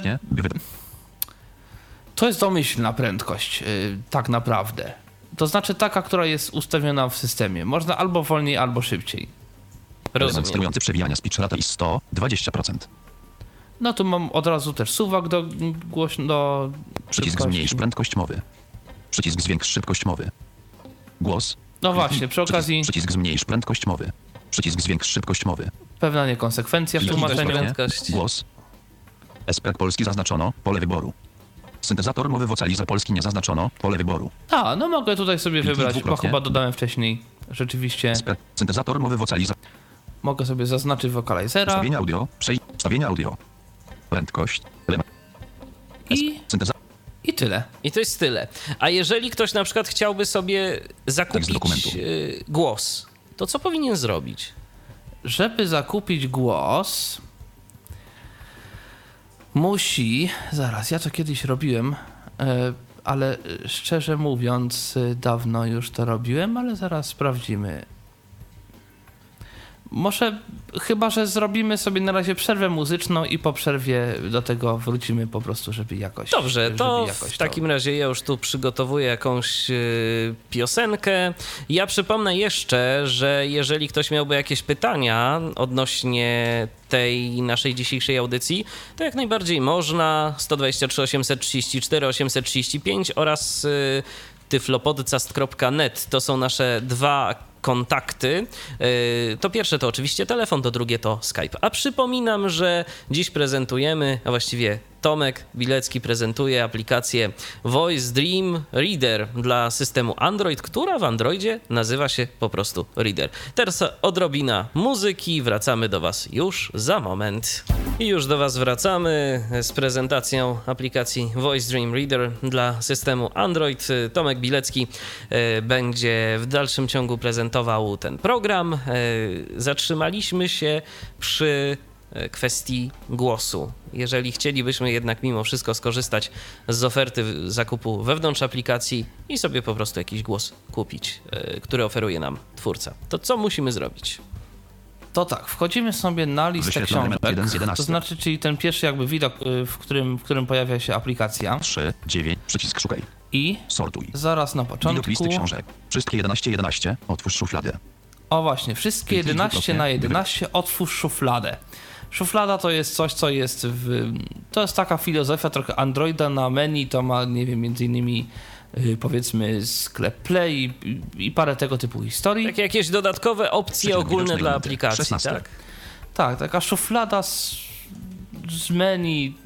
to jest domyślna prędkość, tak naprawdę. To znaczy taka, która jest ustawiona w systemie. Można albo wolniej, albo szybciej. Element sterujący przewijania speech rata i 120%. No tu mam od razu też suwak do głośno. Przycisk zmniejsz prędkość mowy. Przycisk zwiększ szybkość mowy. Głos. No właśnie, przy okazji... Przycisk zmniejsz prędkość mowy. Przycisk zwiększ szybkość mowy. Pewna niekonsekwencja w tłumaczeniu. Głos. Espek polski zaznaczono. Pole wyboru. Syntezator mowy vocalizer polski nie zaznaczono. Pole wyboru. No mogę tutaj sobie wybrać, bo chyba dodałem wcześniej. Rzeczywiście. Syntezator mowy vocalizer. Mogę sobie zaznaczyć wokalizera. Ustawienia audio. Ustawienia audio. Prędkość. I tyle. I to jest tyle. A jeżeli ktoś na przykład chciałby sobie zakupić głos, to co powinien zrobić? Żeby zakupić głos, musi... Zaraz, ja to kiedyś robiłem, ale szczerze mówiąc dawno już to robiłem, ale zaraz sprawdzimy. Może, chyba że zrobimy sobie na razie przerwę muzyczną i po przerwie do tego wrócimy po prostu, żeby jakoś... Dobrze, to w takim razie ja już tu przygotowuję jakąś piosenkę. Ja przypomnę jeszcze, że jeżeli ktoś miałby jakieś pytania odnośnie tej naszej dzisiejszej audycji, to jak najbardziej można. 123 834 835 oraz tyflopodcast.net to są nasze dwa kontakty. To pierwsze to oczywiście telefon, to drugie to Skype. A przypominam, że dziś prezentujemy, a właściwie Tomek Bilecki prezentuje aplikację Voice Dream Reader dla systemu Android, która w Androidzie nazywa się po prostu Reader. Teraz odrobina muzyki, wracamy do Was już za moment. I już do Was wracamy z prezentacją aplikacji Voice Dream Reader dla systemu Android. Tomek Bilecki będzie w dalszym ciągu prezentował ten program. Zatrzymaliśmy się przy kwestii głosu. Jeżeli chcielibyśmy jednak mimo wszystko skorzystać z oferty zakupu wewnątrz aplikacji i sobie po prostu jakiś głos kupić, który oferuje nam twórca, to co musimy zrobić? To tak, wchodzimy sobie na listę książek, to znaczy, czyli ten pierwszy jakby widok, w którym pojawia się aplikacja. 3, 9, przycisk szukaj. I sortuj. Zaraz na początku. Widok listy książek. Wszystkie 11. Otwórz szufladę. O właśnie, wszystkie 11 na 11, otwórz szufladę. Szuflada to jest coś, co jest to jest taka filozofia trochę Androida na menu, to ma, nie wiem, między innymi powiedzmy sklep Play i parę tego typu historii. Takie jakieś dodatkowe opcje ogólne dla aplikacji, 16. tak? Tak, taka szuflada z menu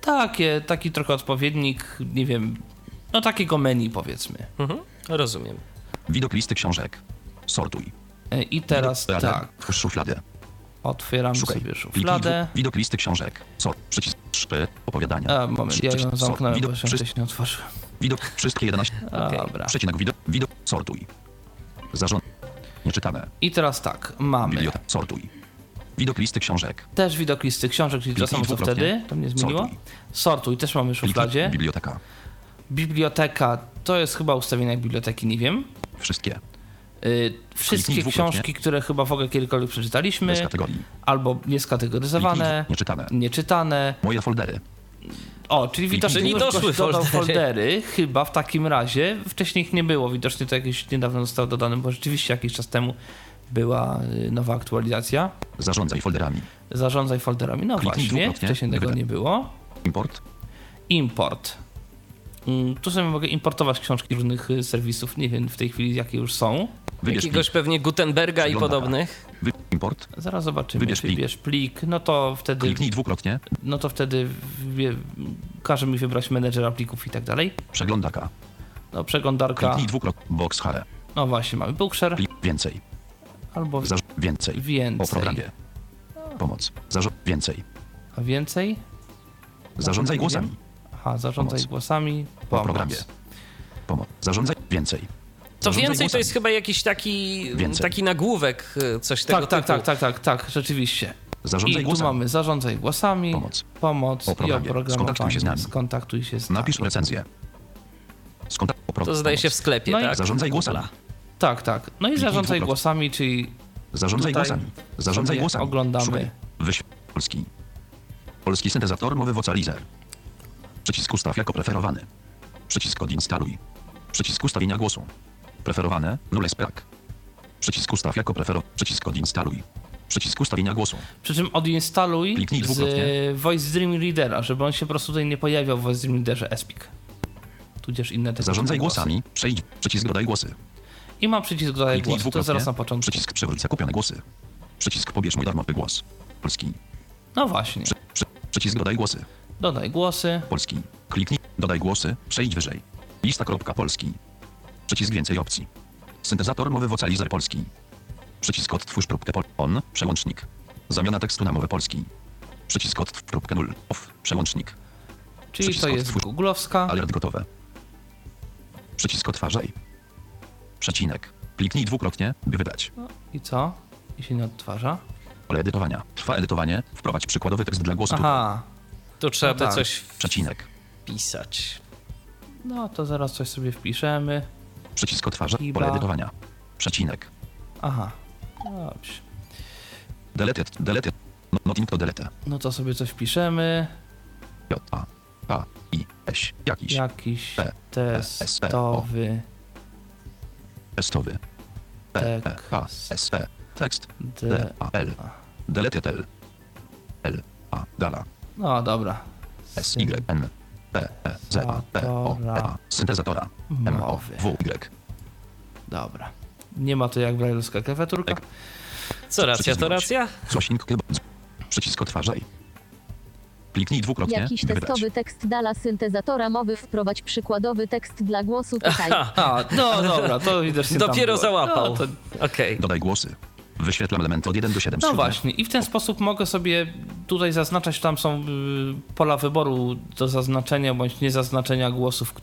Taki trochę odpowiednik, nie wiem, no takiego menu powiedzmy. Rozumiem. Widok listy książek. Sortuj. I teraz Widok, tak, Twórz szufladę. otwieramy Szukaj. sobie Kliknij szufladę. Widok listy książek. Przycisk 3. Opowiadania. A, moment, ja ją Przycisk zamknąłem, widok, bo się wcześniej otworzyłem. Widok wszystkie 11. Dobra. Przecinek widok. Sortuj. Zarząd. Nieczytane. I teraz tak, mamy Sortuj. Widok listy książek. też widok listy książek, czyli to samo co dwukrotnie. wtedy, to mnie zmieniło. Sortuj. Sortuj, też mamy w szufladzie. Biblioteka. Biblioteka, to jest chyba ustawienie jak biblioteki, nie wiem. Wszystkie. Wszystkie Kliknij dwukrotnie. książki, które chyba w ogóle kiedykolwiek przeczytaliśmy, Bez kategorii. albo nieskategoryzowane, Nieczytane. nieczytane. Moje foldery. O, czyli widocznie Czyli już doszły ktoś dodał foldery. foldery, chyba w takim razie. Wcześniej ich nie było, widocznie to jakieś niedawno zostało dodane, bo rzeczywiście jakiś czas temu była nowa aktualizacja. Zarządzaj folderami. Zarządzaj folderami, no Kliknij właśnie, dwukrotnie. wcześniej tego nie było. Import. Import. Tu sobie mogę importować książki różnych serwisów, nie wiem w tej chwili jakie już są. Wybierz Jakiegoś plik. pewnie Gutenberga i Przeglądarka. podobnych. Import. Zaraz zobaczymy. Wybierz plik. plik. No to wtedy, Kliknij dwukrotnie. każe mi wybrać menedżera plików i tak dalej. Przeglądarka. No przeglądarka. Kliknij dwukrotnie. Box Hare. No właśnie, mamy Bookshare Plik. Więcej. albo Więcej. więcej. O programie. Pomoc. Więcej. A więcej? Zarządzaj Nie głosami. wiem. Aha, zarządzaj Pomoc. głosami. O Pomoc. programie. Pomoc. Zarządzaj więcej. To Zarządzaj więcej to głosami. jest chyba jakiś Więcej. taki nagłówek, coś tego typu. Tak, rzeczywiście. Zarządzaj I tu głosami. mamy zarządzaj głosami, pomoc O i programie. Skontaktuj się z oprogramowanie. nami. Skontaktuj się z nami. Napisz recenzję. To zdaje się w sklepie, No i tak? Zarządzaj głosami. Tak. No i Kliknij zarządzaj dwukrotnie. głosami, czyli Zarządzaj tutaj głosami. Zarządzaj sobie głosami. oglądamy. Szukaj. Polski. Polski syntezator mowy Vocalizer. Przycisk ustaw jako preferowany. Przycisk odinstaluj. Przycisk ustawienia głosu. Preferowane, null sprak. Przycisk ustaw jako Przycisk odinstaluj. Przycisk ustawienia głosu. Przy czym odinstaluj Kliknij z dwukrotnie. Voice Dream Readera, żeby on się po prostu tutaj nie pojawiał w Voice Dream Readerze Espik. Tudzież inne te Zarządzaj głosy. głosami. Przejdź. Przycisk dodaj głosy. I mam przycisk dodaj Kliknij głos, to dwukrotnie. zaraz na początku. Przycisk przywróć zakupione głosy. Przycisk pobierz mój darmowy głos. Polski. No właśnie, Przycisk dodaj głosy. dodaj głosy. Polski. Kliknij. Dodaj głosy. Przejdź wyżej. Lista.polski. Przycisk więcej opcji. Syntezator mowy Vocalizer polski. Przycisk odtwórz próbkę on. Przełącznik. Zamiana tekstu na mowę polski. Przycisk odtwórz próbkę 0. Off. Przełącznik. Czyli Przycisk to jest odtwórz. googlowska. Alert gotowe. Przycisk odtwarzaj. Przecinek. Kliknij dwukrotnie, by wydać. I co? I się nie odtwarza? Pole edytowania. Trwa edytowanie. Wprowadź przykładowy tekst dla głosu. Aha, Tu trzeba No by tak. coś Przecinek. wpisać. no to zaraz coś sobie wpiszemy. Przycisk odtwarza. Kiba. Pole edytowania. Przecinek. Aha, dobrze. Deleted. Nothing to delete. No to sobie coś wpiszemy. J, A, I, S. Jakiś. Jakiś P, testowy Testowy. P, A, S, P. Tekst. D, A, L. Deleted L. L, A, Gala. No dobra. S, Y, N. P, E, Z, A, P, O, E, A. Syntezatora. M, O, W, Y. Dobra. Nie ma to jak brajlowska klawiaturka. Co racja, to racja? Złośnik chyba. Przycisk odtwarzaj. Kliknij dwukrotnie. Jakiś by testowy wydać. tekst dla syntezatora mowy, wprowadź przykładowy tekst dla głosu tutaj. A, no dobra, to widocznie tam Dopiero było. załapał. No, to, Okej. Dodaj głosy. Wyświetlam elementy od 1 do 7. no właśnie, i w ten sposób mogę sobie tutaj zaznaczać, tam są pola wyboru do zaznaczenia bądź niezaznaczenia głosów,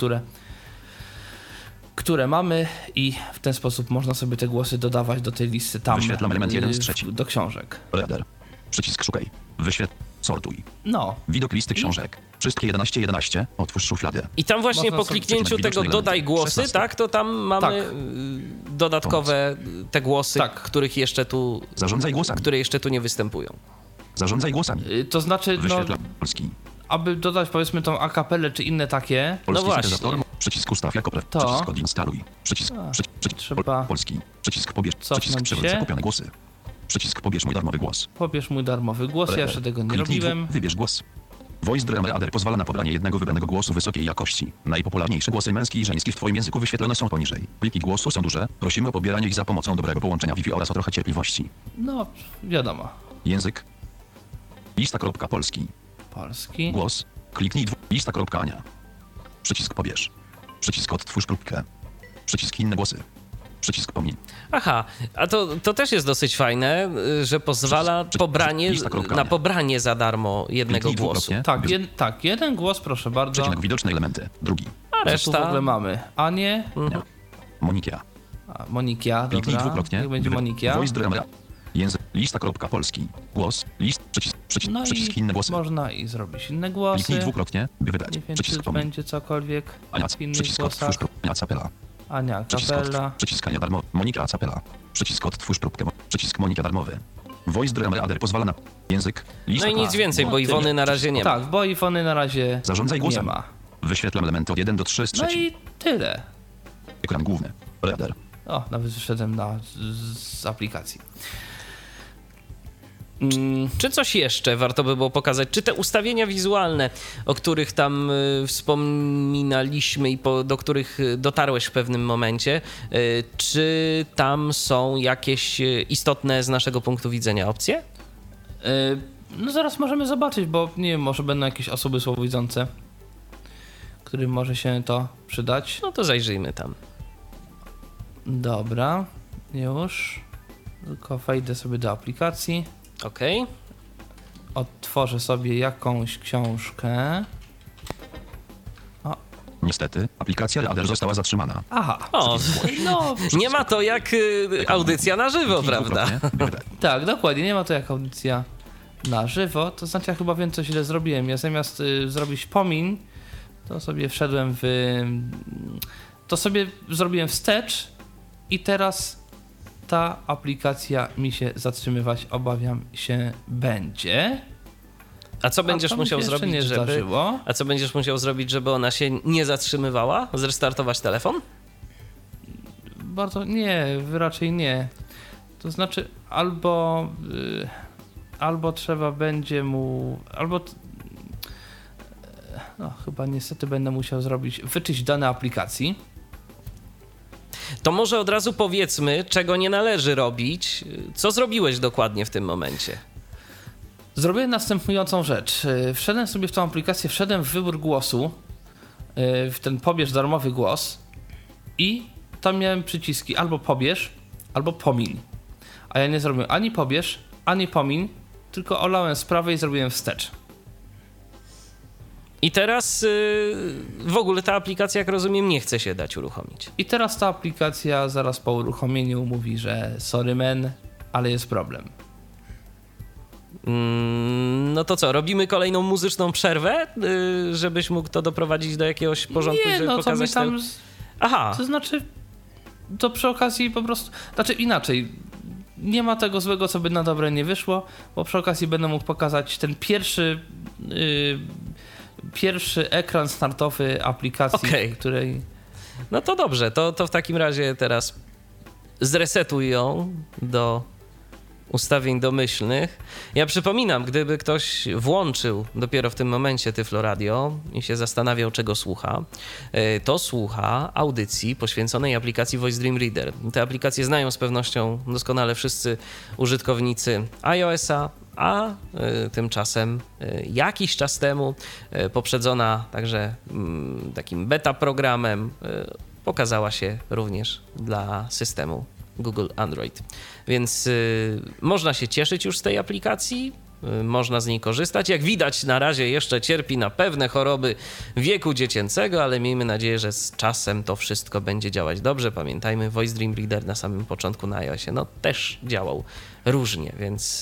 które mamy i w ten sposób można sobie te głosy dodawać do tej listy tam. Wyświetlam element 1 z 3. do książek. Reader. Przycisk szukaj. Sortuj. No, Widok listy książek. Wszystkie 11. Otwórz szufladę. I tam właśnie Można po sobie kliknięciu wyczytać tego widoczne dodaj elementy. głosy, 16. tak? To tam mamy Tak. dodatkowe te głosy, Tak. których jeszcze tu, Zarządzaj głosami. które jeszcze tu nie występują. Zarządzaj głosami. to znaczy, no, Wyświetlam polski. aby dodać powiedzmy tą akapelę czy inne takie, Polski właśnie. syntezator. Przycisk ustaw jako To. Przycisk odinstaluj. Przycisk. trzeba Polski. Przycisk pobierz. cofnąć Przycisk przywróć się. zakupione głosy. Przycisk pobierz mój darmowy głos. pobierz mój darmowy głos, ja Reader. jeszcze tego nie Kliknij robiłem. Wybierz głos. Voice Dream Reader pozwala na pobranie jednego wybranego głosu wysokiej jakości. Najpopularniejsze głosy męski i żeński w Twoim języku wyświetlone są poniżej. Pliki głosu są duże. Prosimy o pobieranie ich za pomocą dobrego połączenia Wi-Fi oraz o trochę cierpliwości. No, wiadomo. Język. Lista.polski. Polski. Głos. Kliknij lista kropka Ania. Przycisk pobierz. Przycisk odtwórz próbkę. Przycisk inne głosy. Przycisk pomiń. Aha, a to też jest dosyć fajne, że pozwala na pobranie za darmo jednego Kliknij głosu. dwukrotnie. Tak, jeden głos, proszę bardzo. Przecinek widoczne elementy. Drugi. A Co tu w reszta... ogóle mamy? Anię, Monikia. Monikia, Kliknij dobra. dwukrotnie. Niech będzie Monikia. Voice Dreamer. Język. Lista kropka polski. Głos. List. No Przycisk i inne głosy. można i zrobić inne głosy. Kliknij dwukrotnie, by wydać. Nie wiem, Przycisk czy pomiń. będzie cokolwiek Ania. w innych Przycisk głosach. odtwórz próbkę. Ania Capella. Ania Przycisk Capella. Przycisk Ania darmowy. Monika Capella. Przycisk odtwórz próbkę. Przycisk Monika darmowy. Voice Dreamer Adder pozwala na język. Lista. No i nic więcej, bo Iwony na razie nie ma. Tak, bo Iwony na razie Zarządzaj nie głosem. ma. Wyświetlam elementy od 1 do 3 z No trzecim. i tyle. Ekran główny. Reader. O, nawet wyszedłem z aplikacji. Czy coś jeszcze warto by było pokazać? Czy te ustawienia wizualne, o których tam wspominaliśmy i do których dotarłeś w pewnym momencie, czy tam są jakieś istotne z naszego punktu widzenia opcje? No zaraz możemy zobaczyć, bo nie wiem, może będą jakieś osoby słabowidzące, którym może się to przydać. No to zajrzyjmy tam. Dobra, już. Tylko wejdę sobie do aplikacji. Okej. Odtworzę sobie jakąś książkę. Niestety, aplikacja Reader została zatrzymana. Aha. O, No, nie ma to jak audycja na żywo, prawda? tak, dokładnie. Nie ma to jak audycja na żywo. To znaczy, ja chyba wiem, co źle zrobiłem. Ja zamiast zrobić pomiń, to sobie wszedłem to sobie zrobiłem wstecz i teraz ta aplikacja mi się zatrzymywać, obawiam się, będzie. A co będziesz to mi się musiał jeszcze zrobić, nie zdarzyło. A co będziesz musiał zrobić, żeby ona się nie zatrzymywała? Zrestartować telefon? Bardzo nie, raczej nie. To znaczy albo trzeba będzie no chyba niestety będę musiał wyczyść dane aplikacji. To może od razu powiedzmy, czego nie należy robić. Co zrobiłeś dokładnie w tym momencie? Zrobiłem następującą rzecz. Wszedłem sobie w tą aplikację, wszedłem w wybór głosu, w ten pobierz darmowy głos i tam miałem przyciski albo pobierz, albo pomiń. A ja nie zrobiłem ani pobierz, ani pomiń, tylko olałem sprawę i zrobiłem wstecz. I teraz w ogóle ta aplikacja, jak rozumiem, nie chce się dać uruchomić. I teraz ta aplikacja zaraz po uruchomieniu mówi, że sorry man, ale jest problem. No to co, robimy kolejną muzyczną przerwę, żebyś mógł to doprowadzić do jakiegoś porządku, Nie, żeby no to mi pokazać tam... Aha, To znaczy, to przy okazji po prostu... Znaczy inaczej, nie ma tego złego, co by na dobre nie wyszło, bo przy okazji będę mógł pokazać ten pierwszy ekran startowy aplikacji, Okej. w której... no to dobrze, to w takim razie teraz zresetuj ją do ustawień domyślnych. Ja przypominam, gdyby ktoś włączył dopiero w tym momencie Tyflo Radio i się zastanawiał, czego słucha, to słucha audycji poświęconej aplikacji Voice Dream Reader. Te aplikacje znają z pewnością doskonale wszyscy użytkownicy iOS-a, a tymczasem jakiś czas temu, poprzedzona także takim beta programem, pokazała się również dla systemu Google Android. Więc można się cieszyć już z tej aplikacji, można z niej korzystać. Jak widać, na razie jeszcze cierpi na pewne choroby wieku dziecięcego, ale miejmy nadzieję, że z czasem to wszystko będzie działać dobrze. Pamiętajmy, Voice Dream Reader na samym początku na iOSie też działał różnie, więc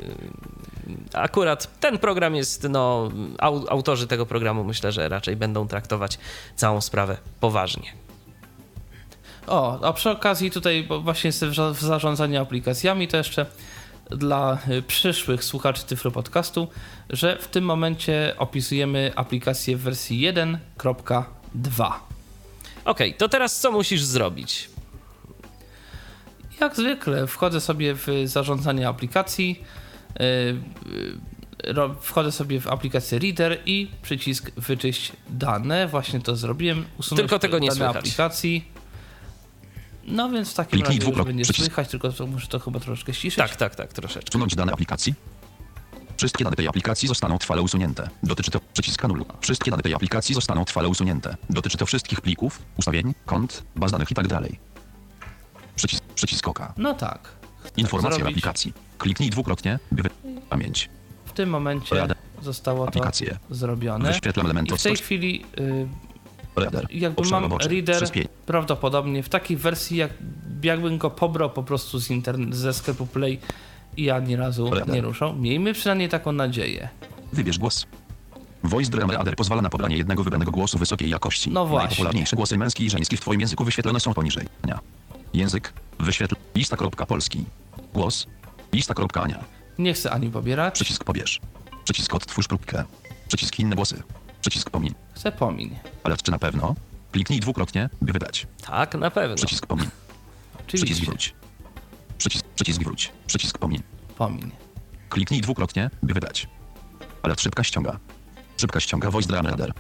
akurat ten program jest, autorzy tego programu myślę, że raczej będą traktować całą sprawę poważnie. O, a przy okazji tutaj, bo właśnie jestem w zarządzaniu aplikacjami, to jeszcze dla przyszłych słuchaczy Tyflo Podcastu, że w tym momencie opisujemy aplikację w wersji 1.2. Okej, to teraz co musisz zrobić? Jak zwykle wchodzę sobie w zarządzanie aplikacji, wchodzę sobie w aplikację Reader i przycisk wyczyść dane. Właśnie to zrobiłem. Usunąć Tylko tego nie dane słychać. aplikacji. No więc w takim Kliknij razie już będzie przycisk. słychać, tylko to muszę to chyba troszeczkę ściszyć. Tak, troszeczkę. Usunąć dane aplikacji. Wszystkie dane tej aplikacji zostaną trwale usunięte. Dotyczy to przycisk anuluj. Wszystkie dane tej aplikacji zostaną trwale usunięte. Dotyczy to wszystkich plików, ustawień, kont, baz danych i tak dalej. Przycisk oka. No tak. Informacja w zrobić. aplikacji. Kliknij dwukrotnie, by pamięć. W tym momencie Reader. zostało to Aplikacje. zrobione. Wyświetlam element I w tej odstocz. chwili Reader. jakby Obszar mam roboczy. reader Przyspień. prawdopodobnie w takiej wersji, jakbym go pobrał po prostu ze sklepu Play i ani razu Reader. nie ruszał. Miejmy przynajmniej taką nadzieję. Wybierz głos. Voice Dream Reader pozwala na pobranie jednego wybranego głosu wysokiej jakości. No właśnie. Najpopularniejsze głosy męski i żeński w Twoim języku wyświetlone są poniżej. Język. Wyświetl. Lista.polski. Głos. Lista.ania. Nie chcę ani pobierać, Przycisk pobierz. Przycisk odtwórz próbkę. Przycisk inne głosy. Przycisk pomiń. chcę pomiń. Ale czy na pewno? Kliknij dwukrotnie, by wydać. Tak, na pewno. Przycisk pomiń. Przycisk Oczywiście, wróć. Przycisk wróć. Przycisk pomiń. pomiń. Kliknij dwukrotnie, by wydać. Ale szybka ściąga. Szybka ściąga Voice Dream Reader.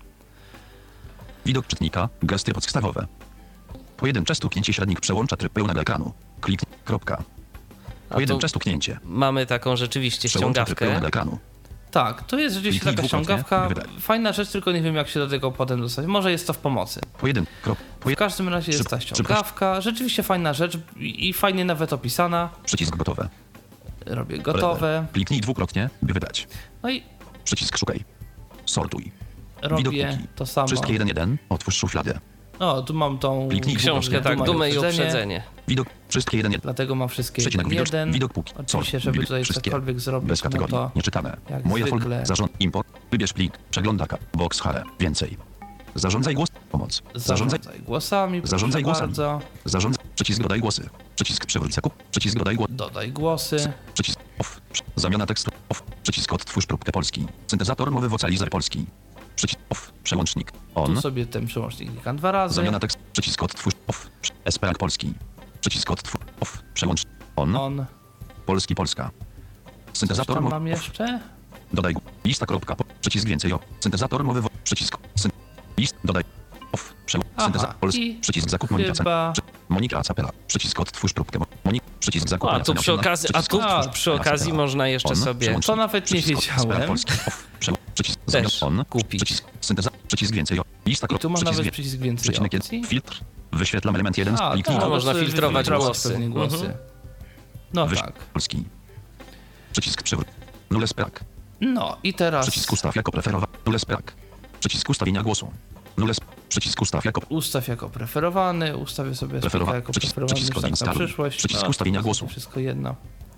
Widok czytnika, gesty podstawowe. Pojedyncze stuknięcie średnik przełącza tryb pełnego ekranu. Kliknij. Kropka. A Pojedyncze tu stuknięcie. mamy taką rzeczywiście Przełącza tryb pełnego ściągawkę. ekranu. Tak, to jest rzeczywiście Kliknij taka dwukrotnie, ściągawka. wydaj. Fajna rzecz, tylko nie wiem jak się do tego potem dostać. Może jest to w pomocy. W każdym razie jest ta ściągawka. Rzeczywiście fajna rzecz i fajnie nawet opisana. Przycisk gotowe. Robię gotowe. Kliknij dwukrotnie, by wydać. No i Przycisk szukaj. Sortuj. robię Widoki. to samo. Wszystkie 1.1. Otwórz szufladę. No, tu mam tą Kliknij Książkę, tak, dumę i uprzedzenie. Widok. Wszystkie 1.1. Dlatego mam wszystkie Przecinek widok. jeden. Widok póki. Oczywiście, żeby tutaj Wszystkie. cokolwiek zrobić, Bez no kategorii. to Nieczytane. jak Moje zwykle. folder. Zarząd. Import. Wybierz plik. Przeglądaka. Box HE. Więcej. Zarządzaj głos. Pomoc. Zarządzaj. zarządzaj głosami, proszę Zarządzaj głosami. bardzo. Zarządzaj. Przycisk dodaj głosy. Przycisk przywróć zakup. Przycisk dodaj głos. Dodaj głosy. Przycisk off. Zamiana tekstu. Off. Przycisk odtwórz próbkę polski. Syntezator mowy vocalizer polski. Przycisk off. Przełącznik. On. Tu sobie ten przełącznik klikam 2 razy. Zamiana tekstu. Przycisk odtwórz. Off. SPAK polski. Przycisk odtwórz. Off. Przełącznik. On. On. Polski Polska. Coś Syntezator tam mowy. mam Off. jeszcze? Dodaj. Lista. Przycisk więcej o. Syntezator mowy. Przycisk. List. Dodaj. Off. Syntezator polski. i Przycisk zakup Monika. chyba... Monika Capela. Przycisk odtwórz próbkę. Przycisk zakup. A tu przy okazji, Przycisk można jeszcze On, sobie przełącznik. To nawet nie Przycisk wiedziałem. Polski. Off. Przycisk Też on. kupić. Przycisk syntezator. Przycisk więcej o. Lista. I tu mam Przycisk nawet wie- przycisk więcej Przecinek opcji. filtr. Wyświetlam element 1. A, Kliknij. to można sobie filtrować wyfiltrować głosy. pewnie głosy. No tak. Polski. Przycisk przywrót. Null sprak. No i teraz Przycisk ustaw jako preferowany. Null sprak. Przycisk ustawienia głosu. Przycisk ustaw jako ustaw jako preferowany, ustawię sobie Preferowa- jako przycisk- preferowany przycisk już tak na odinstaluj. przyszłość. Przycisk No, ustawienia to głosu. Wszystko jedno.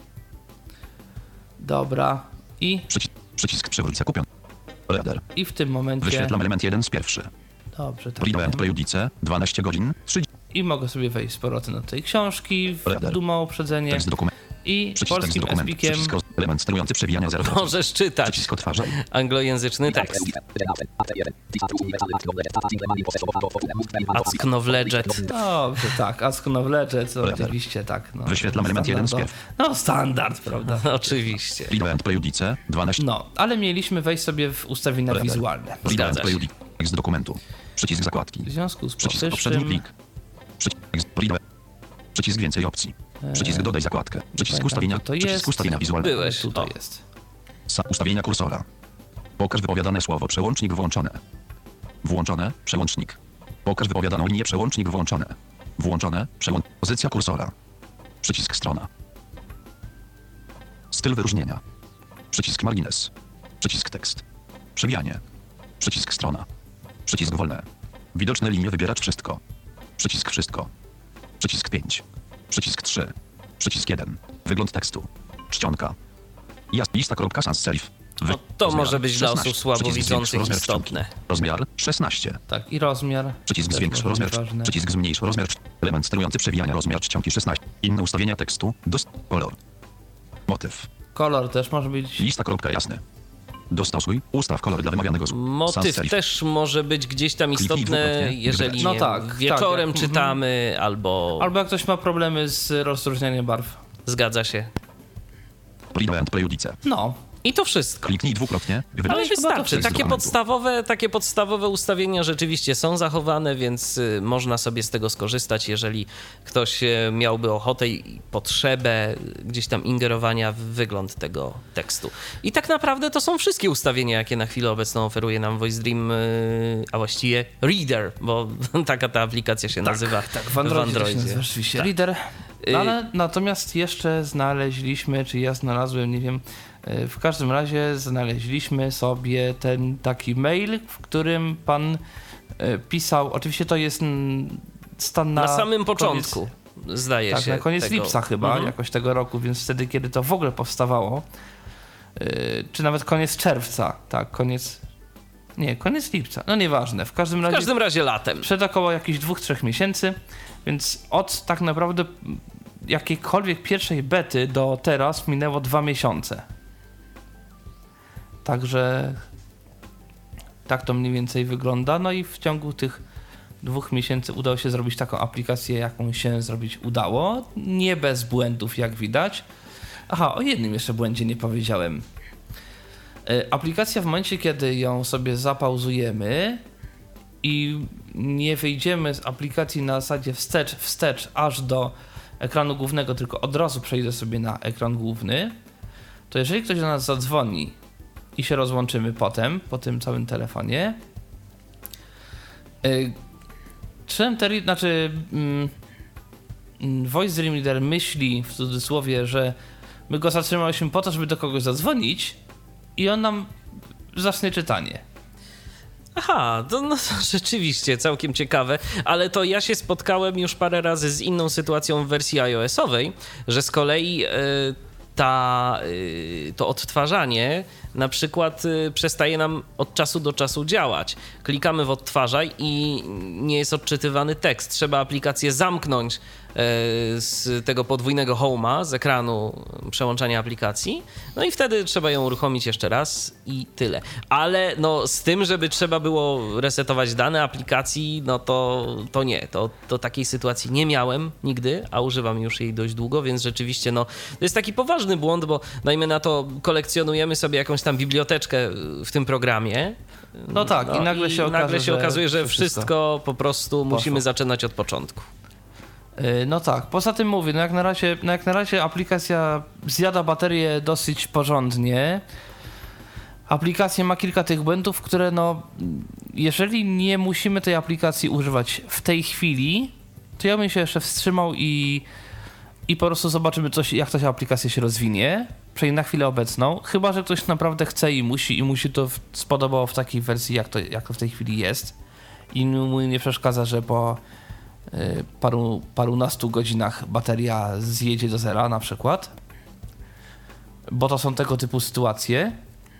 Dobra. Przycisk przywróć zakupiony. Reader. I w tym momencie... Wyświetlam element 1 z pierwszy. Dobrze, tak. Read and prejudice. 12 godzin. 3 I mogę sobie wejść z powrotem do tej książki, Reader. dumą uprzedzenie tekst dokument. i Przycisk tekst polskim dokumentu. espikiem. Przycisk element sterujący przewijania 0. Możesz czytać Przycisk odtwarzaj. anglojęzyczny tekst. Ask Knowledge. Dobrze, tak. Ask Knowledge, co Reader. oczywiście tak. No, Wyświetlam element 1 z standardowo. No standard, prawda? Oczywiście. Read and prejudice. 12. No, ale mieliśmy wejść sobie w ustawienia Reader. wizualne. Read and Zgadza się. prejudice. Tekst dokumentu. Przycisk zakładki. W związku z Przycisk poprzedni powyższym... plik. Przycisk więcej opcji. Przycisk dodaj zakładkę. Przycisk pamiętam, ustawienia. co to jest. Przycisk ustawienia wizualnego. Byłeś. Tutaj O. jest. Ustawienia kursora. Pokaż wypowiadane słowo. Przełącznik włączone. Włączone. Przełącznik. Pokaż wypowiadaną linię. Przełącznik włączone. Włączone. Pozycja kursora. Przycisk strona. Styl wyróżnienia. Przycisk margines. Przycisk tekst. Przewijanie. Przycisk strona. Przycisk wolne. Widoczne linie wybierać wszystko. Przycisk wszystko. Przycisk 5. Przycisk 3. Przycisk 1. Wygląd tekstu. Czcionka. Lista.sans serif. No, to może być dla osób słabowidzących istotne. Rozmiar 16. Tak, i rozmiar. Przycisk też zwiększ może rozmiar. być ważny. Przycisk zmniejsz rozmiar. Element sterujący przewijania rozmiar czcionki 16. Inne ustawienia tekstu. Kolor. Motyw. Kolor też może być... Lista. Jasny. Dostosuj. Ustaw kolor dla wymawianego sans Motyw serif. też może być gdzieś tam Kliknij istotny, dwukrotnie. jeżeli No nie, tak, wieczorem tak, czytamy, albo... Albo jak ktoś ma problemy z rozróżnianiem barw. Zgadza się. Read and prejudice. No, I to wszystko. Kliknij dwukrotnie. Ale Wydać wystarczy. tekst Takie podstawowe ustawienia rzeczywiście są zachowane, więc można sobie z tego skorzystać, jeżeli ktoś miałby ochotę i potrzebę gdzieś tam ingerowania w wygląd tego tekstu. I tak naprawdę to są wszystkie ustawienia, jakie na chwilę obecną oferuje nam Voice Dream, a właściwie Reader, bo taka ta aplikacja się nazywa w Androidzie. Się nazywa rzeczywiście Tak. Reader. Ale natomiast jeszcze znaleźliśmy, czy ja znalazłem, nie wiem, w każdym razie znaleźliśmy sobie ten taki mail, w którym pan pisał, oczywiście to jest stan na samym początku, zdaje się. Tak, na koniec tego. lipca chyba, jakoś tego roku, więc wtedy, kiedy to w ogóle powstawało, czy nawet koniec czerwca, tak, koniec lipca, no nieważne, w każdym razie latem. Przed około jakichś 2-3 miesięcy, więc od tak naprawdę jakiejkolwiek pierwszej bety do teraz minęło 2 miesiące. Także tak to mniej więcej wygląda. No i w ciągu tych 2 miesięcy udało się zrobić taką aplikację, jaką się zrobić udało. Nie bez błędów, jak widać. Aha, o jednym jeszcze błędzie nie powiedziałem. Aplikacja w momencie, kiedy ją sobie zapauzujemy i nie wyjdziemy z aplikacji na zasadzie wstecz aż do ekranu głównego, tylko od razu przejdę sobie na ekran główny, to jeżeli ktoś do nas zadzwoni i się rozłączymy potem, po tym całym telefonie, Voice Dream Reader myśli, w cudzysłowie, że my go zatrzymaliśmy po to, żeby do kogoś zadzwonić i on nam zacznie czytanie. Aha, to rzeczywiście całkiem ciekawe, ale to ja się spotkałem już parę razy z inną sytuacją w wersji iOS-owej, że z kolei to odtwarzanie na przykład przestaje nam od czasu do czasu działać. Klikamy w odtwarzaj i nie jest odczytywany tekst. Trzeba aplikację zamknąć z tego podwójnego home'a, z ekranu przełączania aplikacji, no i wtedy trzeba ją uruchomić jeszcze raz i tyle. Ale no z tym, żeby trzeba było resetować dane aplikacji, no to nie. To takiej sytuacji nie miałem nigdy, a używam już jej dość długo, więc rzeczywiście no to jest taki poważny błąd, bo dajmy na to kolekcjonujemy sobie jakąś tam biblioteczkę w tym programie. No tak, i nagle się okazuje, że wszystko po prostu musimy zaczynać od początku. No tak, poza tym mówię, jak na razie aplikacja zjada baterię dosyć porządnie. Aplikacja ma kilka tych błędów, które no, jeżeli nie musimy tej aplikacji używać w tej chwili, to ja bym się jeszcze wstrzymał i po prostu zobaczymy, jak ta aplikacja się rozwinie, przynajmniej na chwilę obecną, chyba że ktoś naprawdę chce i mu się to spodobało w takiej wersji, jak to w tej chwili jest i mu nie przeszkadza, że po parunastu godzinach bateria zjedzie do zera na przykład, bo to są tego typu sytuacje.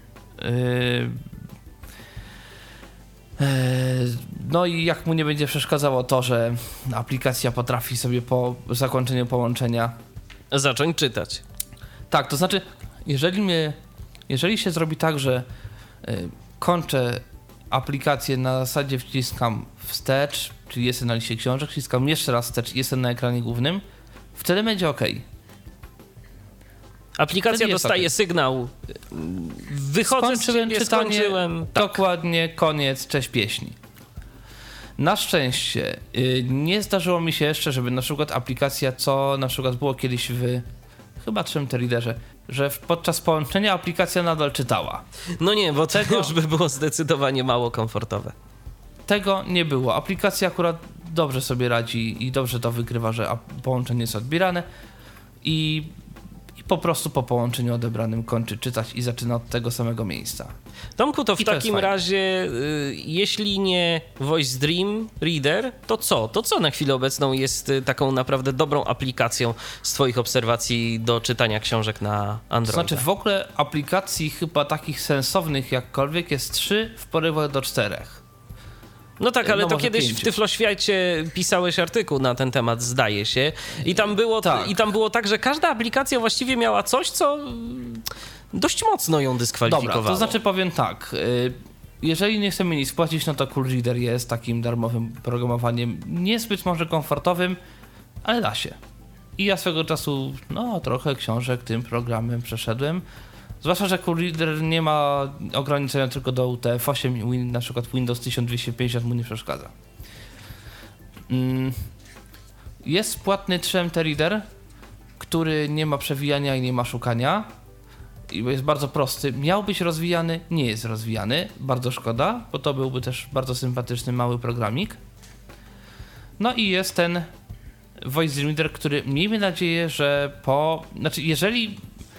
No i jak mu nie będzie przeszkadzało to, że aplikacja potrafi sobie po zakończeniu połączenia zacząć czytać. Tak, to znaczy, jeżeli się zrobi tak, że kończę aplikację na zasadzie wciskam wstecz, czyli jestem na liście książek, wciskam jeszcze raz wstecz i jestem na ekranie głównym, wtedy będzie OK. Aplikacja dostaje sygnał. Wychodzę z ciebie, skończyłem. Dokładnie, koniec, cześć pieśni. Na szczęście nie zdarzyło mi się jeszcze, żeby na przykład aplikacja, co na przykład było kiedyś w chyba Readerze, że podczas połączenia aplikacja nadal czytała. No nie, bo tego już by było zdecydowanie mało komfortowe. Tego nie było. Aplikacja akurat dobrze sobie radzi i dobrze to wykrywa, że połączenie jest odbierane i po prostu po połączeniu odebranym kończy czytać i zaczyna od tego samego miejsca. Tomku, to w takim razie, jeśli nie Voice Dream Reader, to co? To co na chwilę obecną jest taką naprawdę dobrą aplikacją z twoich obserwacji do czytania książek na Androida? To znaczy w ogóle aplikacji chyba takich sensownych jakkolwiek jest 3 w porywach do 4. No tak, ale no to kiedyś 5. w Tyfloświecie pisałeś artykuł na ten temat, zdaje się. I tam było tak, że każda aplikacja właściwie miała coś, co dość mocno ją dyskwalifikowało. Dobra, to znaczy powiem tak. Jeżeli nie chcemy nic płacić, no to Cool Reader jest takim darmowym programowaniem, niezbyt może komfortowym, ale da się. I ja swego czasu trochę książek tym programem przeszedłem. Zwłaszcza, że Coolreader nie ma ograniczenia tylko do UTF-8 i na przykład Windows 1250 mu nie przeszkadza. Jest płatny 3MT Reader, który nie ma przewijania i nie ma szukania. I jest bardzo prosty. Miał być rozwijany, nie jest rozwijany. Bardzo szkoda, bo to byłby też bardzo sympatyczny mały programik. No i jest ten Voice Reader, który miejmy nadzieję, że jeżeli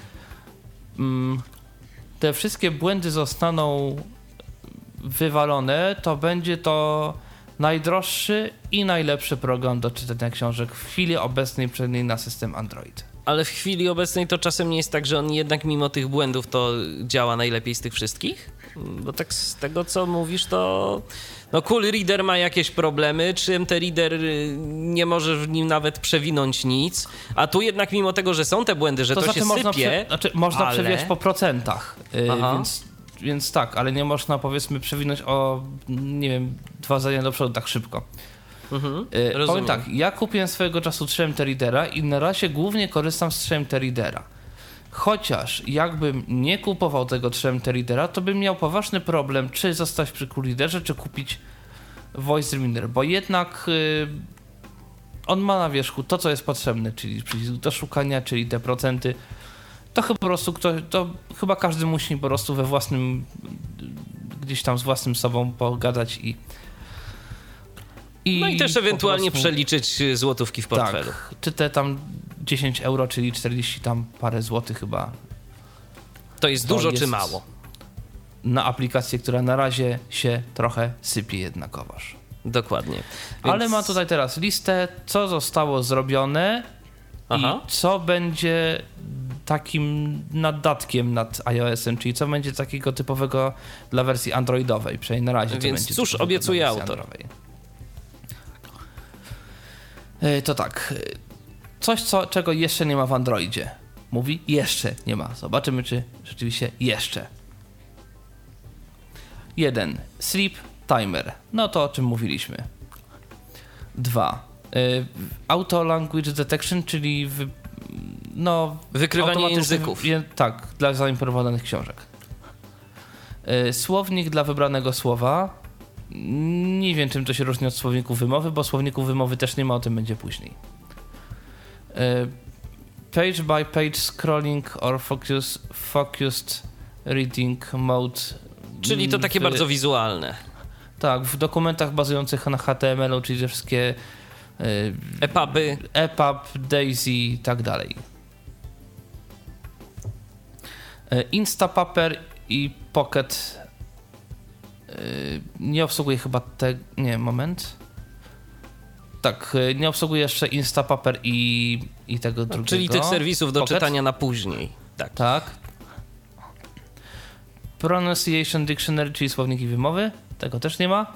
te wszystkie błędy zostaną wywalone, to będzie to najdroższy i najlepszy program do czytania książek w chwili obecnej, przynajmniej na system Android. Ale w chwili obecnej to czasem nie jest tak, że on jednak mimo tych błędów to działa najlepiej z tych wszystkich? Bo tak z tego, co mówisz, to no Coolreader ma jakieś problemy, 3MT Reader nie możesz w nim nawet przewinąć nic, a tu jednak mimo tego, że są te błędy, że to się sypie... Można przewijać po procentach, więc tak, ale nie można powiedzmy przewinąć o, nie wiem, 2 zdania do przodu tak szybko. Powiem tak, ja kupiłem swojego czasu 3MT Readera i na razie głównie korzystam z 3MT Readera. Chociaż jakbym nie kupował tego 3MT Readera, to bym miał poważny problem, czy zostać przy Coolreaderze, czy kupić Voice Reader, bo jednak on ma na wierzchu to, co jest potrzebne, czyli przycisk do szukania, czyli te procenty. To chyba po prostu chyba każdy musi po prostu we własnym, gdzieś tam z własnym sobą pogadać i no i też ewentualnie przeliczyć złotówki w portfelu. Tak, czy te tam 10 euro, czyli 40 tam parę złotych chyba. To jest dużo czy mało? Na aplikację, która na razie się trochę sypie jednakowoż. Dokładnie. Ale ma tutaj teraz listę, co zostało zrobione i co będzie takim naddatkiem nad iOS-em, czyli co będzie takiego typowego dla wersji androidowej, przynajmniej na razie. Więc cóż obiecuje autor? To tak, coś czego jeszcze nie ma w Androidzie. Mówi, jeszcze nie ma. Zobaczymy, czy rzeczywiście jeszcze. 1. Sleep Timer. No to o czym mówiliśmy. 2. Auto Language Detection, czyli wykrywanie języków. Tak, dla zaimprowizowanych książek. Słownik dla wybranego słowa. Nie wiem, czym to się różni od słowników wymowy, bo słowników wymowy też nie ma, o tym będzie później. Page by page scrolling or focused reading mode. Czyli to takie bardzo wizualne. Tak, w dokumentach bazujących na HTML-u, czyli te wszystkie EPUB, DAISY i tak dalej. Instapaper i Pocket nie obsługuje chyba Tak, nie obsługuje jeszcze Instapaper i tego drugiego. Czyli tych serwisów do czytania na później. Tak. Pronunciation Dictionary, czyli słowniki wymowy. Tego też nie ma.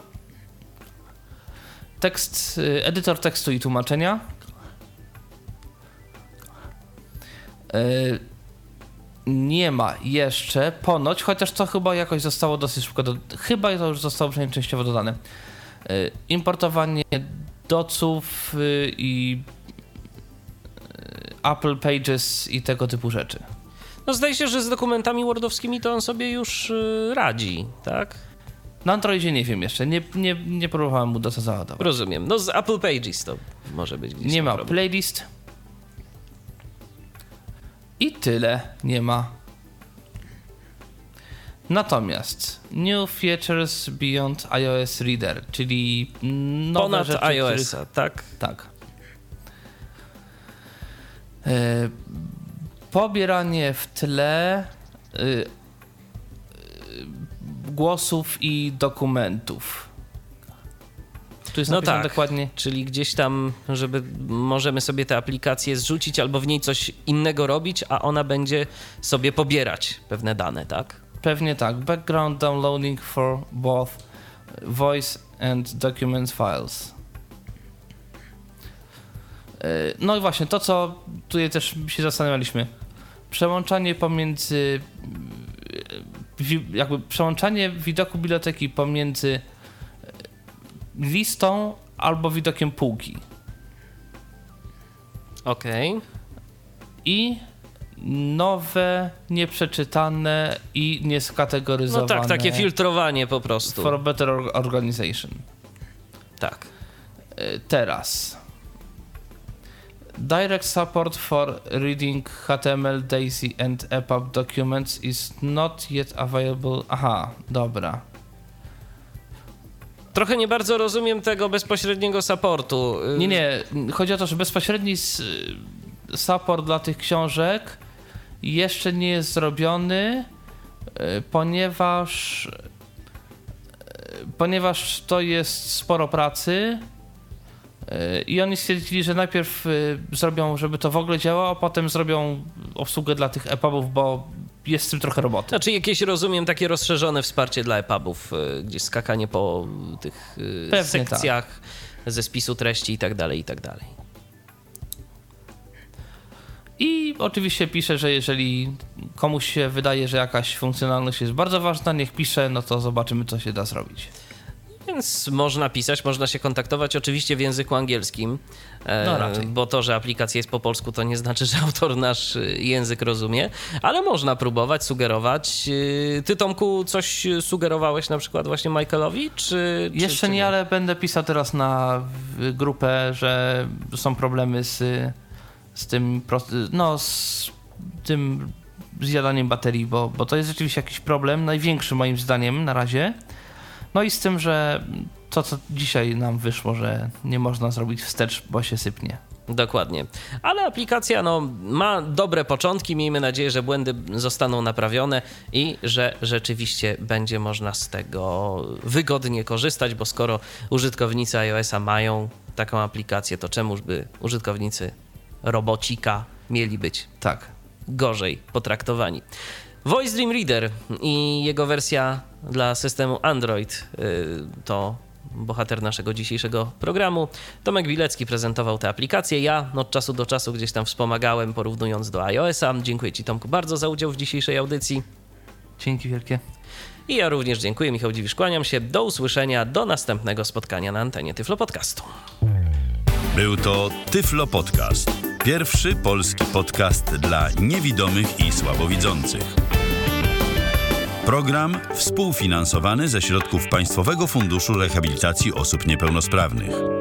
Edytor tekstu i tłumaczenia. Nie ma jeszcze, ponoć, chociaż to chyba jakoś zostało dosyć szybko, chyba to już zostało przynajmniej częściowo dodane. Importowanie doców i Apple Pages i tego typu rzeczy. No zdaje się, że z dokumentami wordowskimi to on sobie już radzi, tak? Na Androidzie nie wiem jeszcze, nie próbowałem mu do co załadować. Rozumiem, no z Apple Pages to może być gdzieś. Nie ma problem. Playlist. I tyle nie ma. Natomiast New Features Beyond iOS Reader, czyli nowe ponad rzeczy, iOS-a, tak? Tak. Pobieranie w tle głosów i dokumentów. Tu jest napisane dokładnie. Czyli gdzieś tam, żeby możemy sobie tę aplikację zrzucić albo w niej coś innego robić, a ona będzie sobie pobierać pewne dane, tak? Pewnie tak. Background downloading for both voice and documents files. No i właśnie to, co tutaj też się zastanawialiśmy. Przełączanie pomiędzy przełączanie widoku biblioteki pomiędzy listą albo widokiem półki. Okej. I nowe, nieprzeczytane i nieskategoryzowane. No tak, takie filtrowanie po prostu. For better organization. Tak. Teraz. Direct support for reading HTML, DAISY and EPUB documents is not yet available. Aha, dobra. Trochę nie bardzo rozumiem tego bezpośredniego supportu. Nie. Chodzi o to, że bezpośredni support dla tych książek jeszcze nie jest zrobiony, ponieważ to jest sporo pracy i oni stwierdzili, że najpierw zrobią, żeby to w ogóle działało, a potem zrobią obsługę dla tych EPUBów, bo jest z tym trochę roboty. Znaczy jakieś, rozumiem, takie rozszerzone wsparcie dla EPUBów, gdzieś skakanie po tych sekcjach ze spisu treści i tak dalej, i tak dalej. I oczywiście pisze, że jeżeli komuś się wydaje, że jakaś funkcjonalność jest bardzo ważna, niech pisze, no to zobaczymy, co się da zrobić. Więc można pisać, można się kontaktować oczywiście w języku angielskim, no raczej. Bo to, że aplikacja jest po polsku, to nie znaczy, że autor nasz język rozumie, ale można próbować, sugerować. Ty, Tomku, coś sugerowałeś na przykład właśnie Michaelowi? Jeszcze nie, ale będę pisał teraz na grupę, że są problemy z tym zjadaniem baterii, bo to jest rzeczywiście jakiś problem, największy moim zdaniem na razie. No i z tym, że to, co dzisiaj nam wyszło, że nie można zrobić wstecz, bo się sypnie. Dokładnie. Ale aplikacja ma dobre początki. Miejmy nadzieję, że błędy zostaną naprawione i że rzeczywiście będzie można z tego wygodnie korzystać, bo skoro użytkownicy iOS-a mają taką aplikację, to czemuż by użytkownicy robocika mieli być tak gorzej potraktowani. Voice Dream Reader i jego wersja dla systemu Android to bohater naszego dzisiejszego programu. Tomek Bilecki prezentował tę aplikację. Ja od czasu do czasu gdzieś tam wspomagałem, porównując do iOS-a. Dziękuję Ci, Tomku, bardzo za udział w dzisiejszej audycji. Dzięki wielkie. I ja również dziękuję. Michał Dziwisz, kłaniam się. Do usłyszenia, do następnego spotkania na antenie Tyflo Podcastu. Był to Tyflo Podcast. Pierwszy polski podcast dla niewidomych i słabowidzących. Program współfinansowany ze środków Państwowego Funduszu Rehabilitacji Osób Niepełnosprawnych.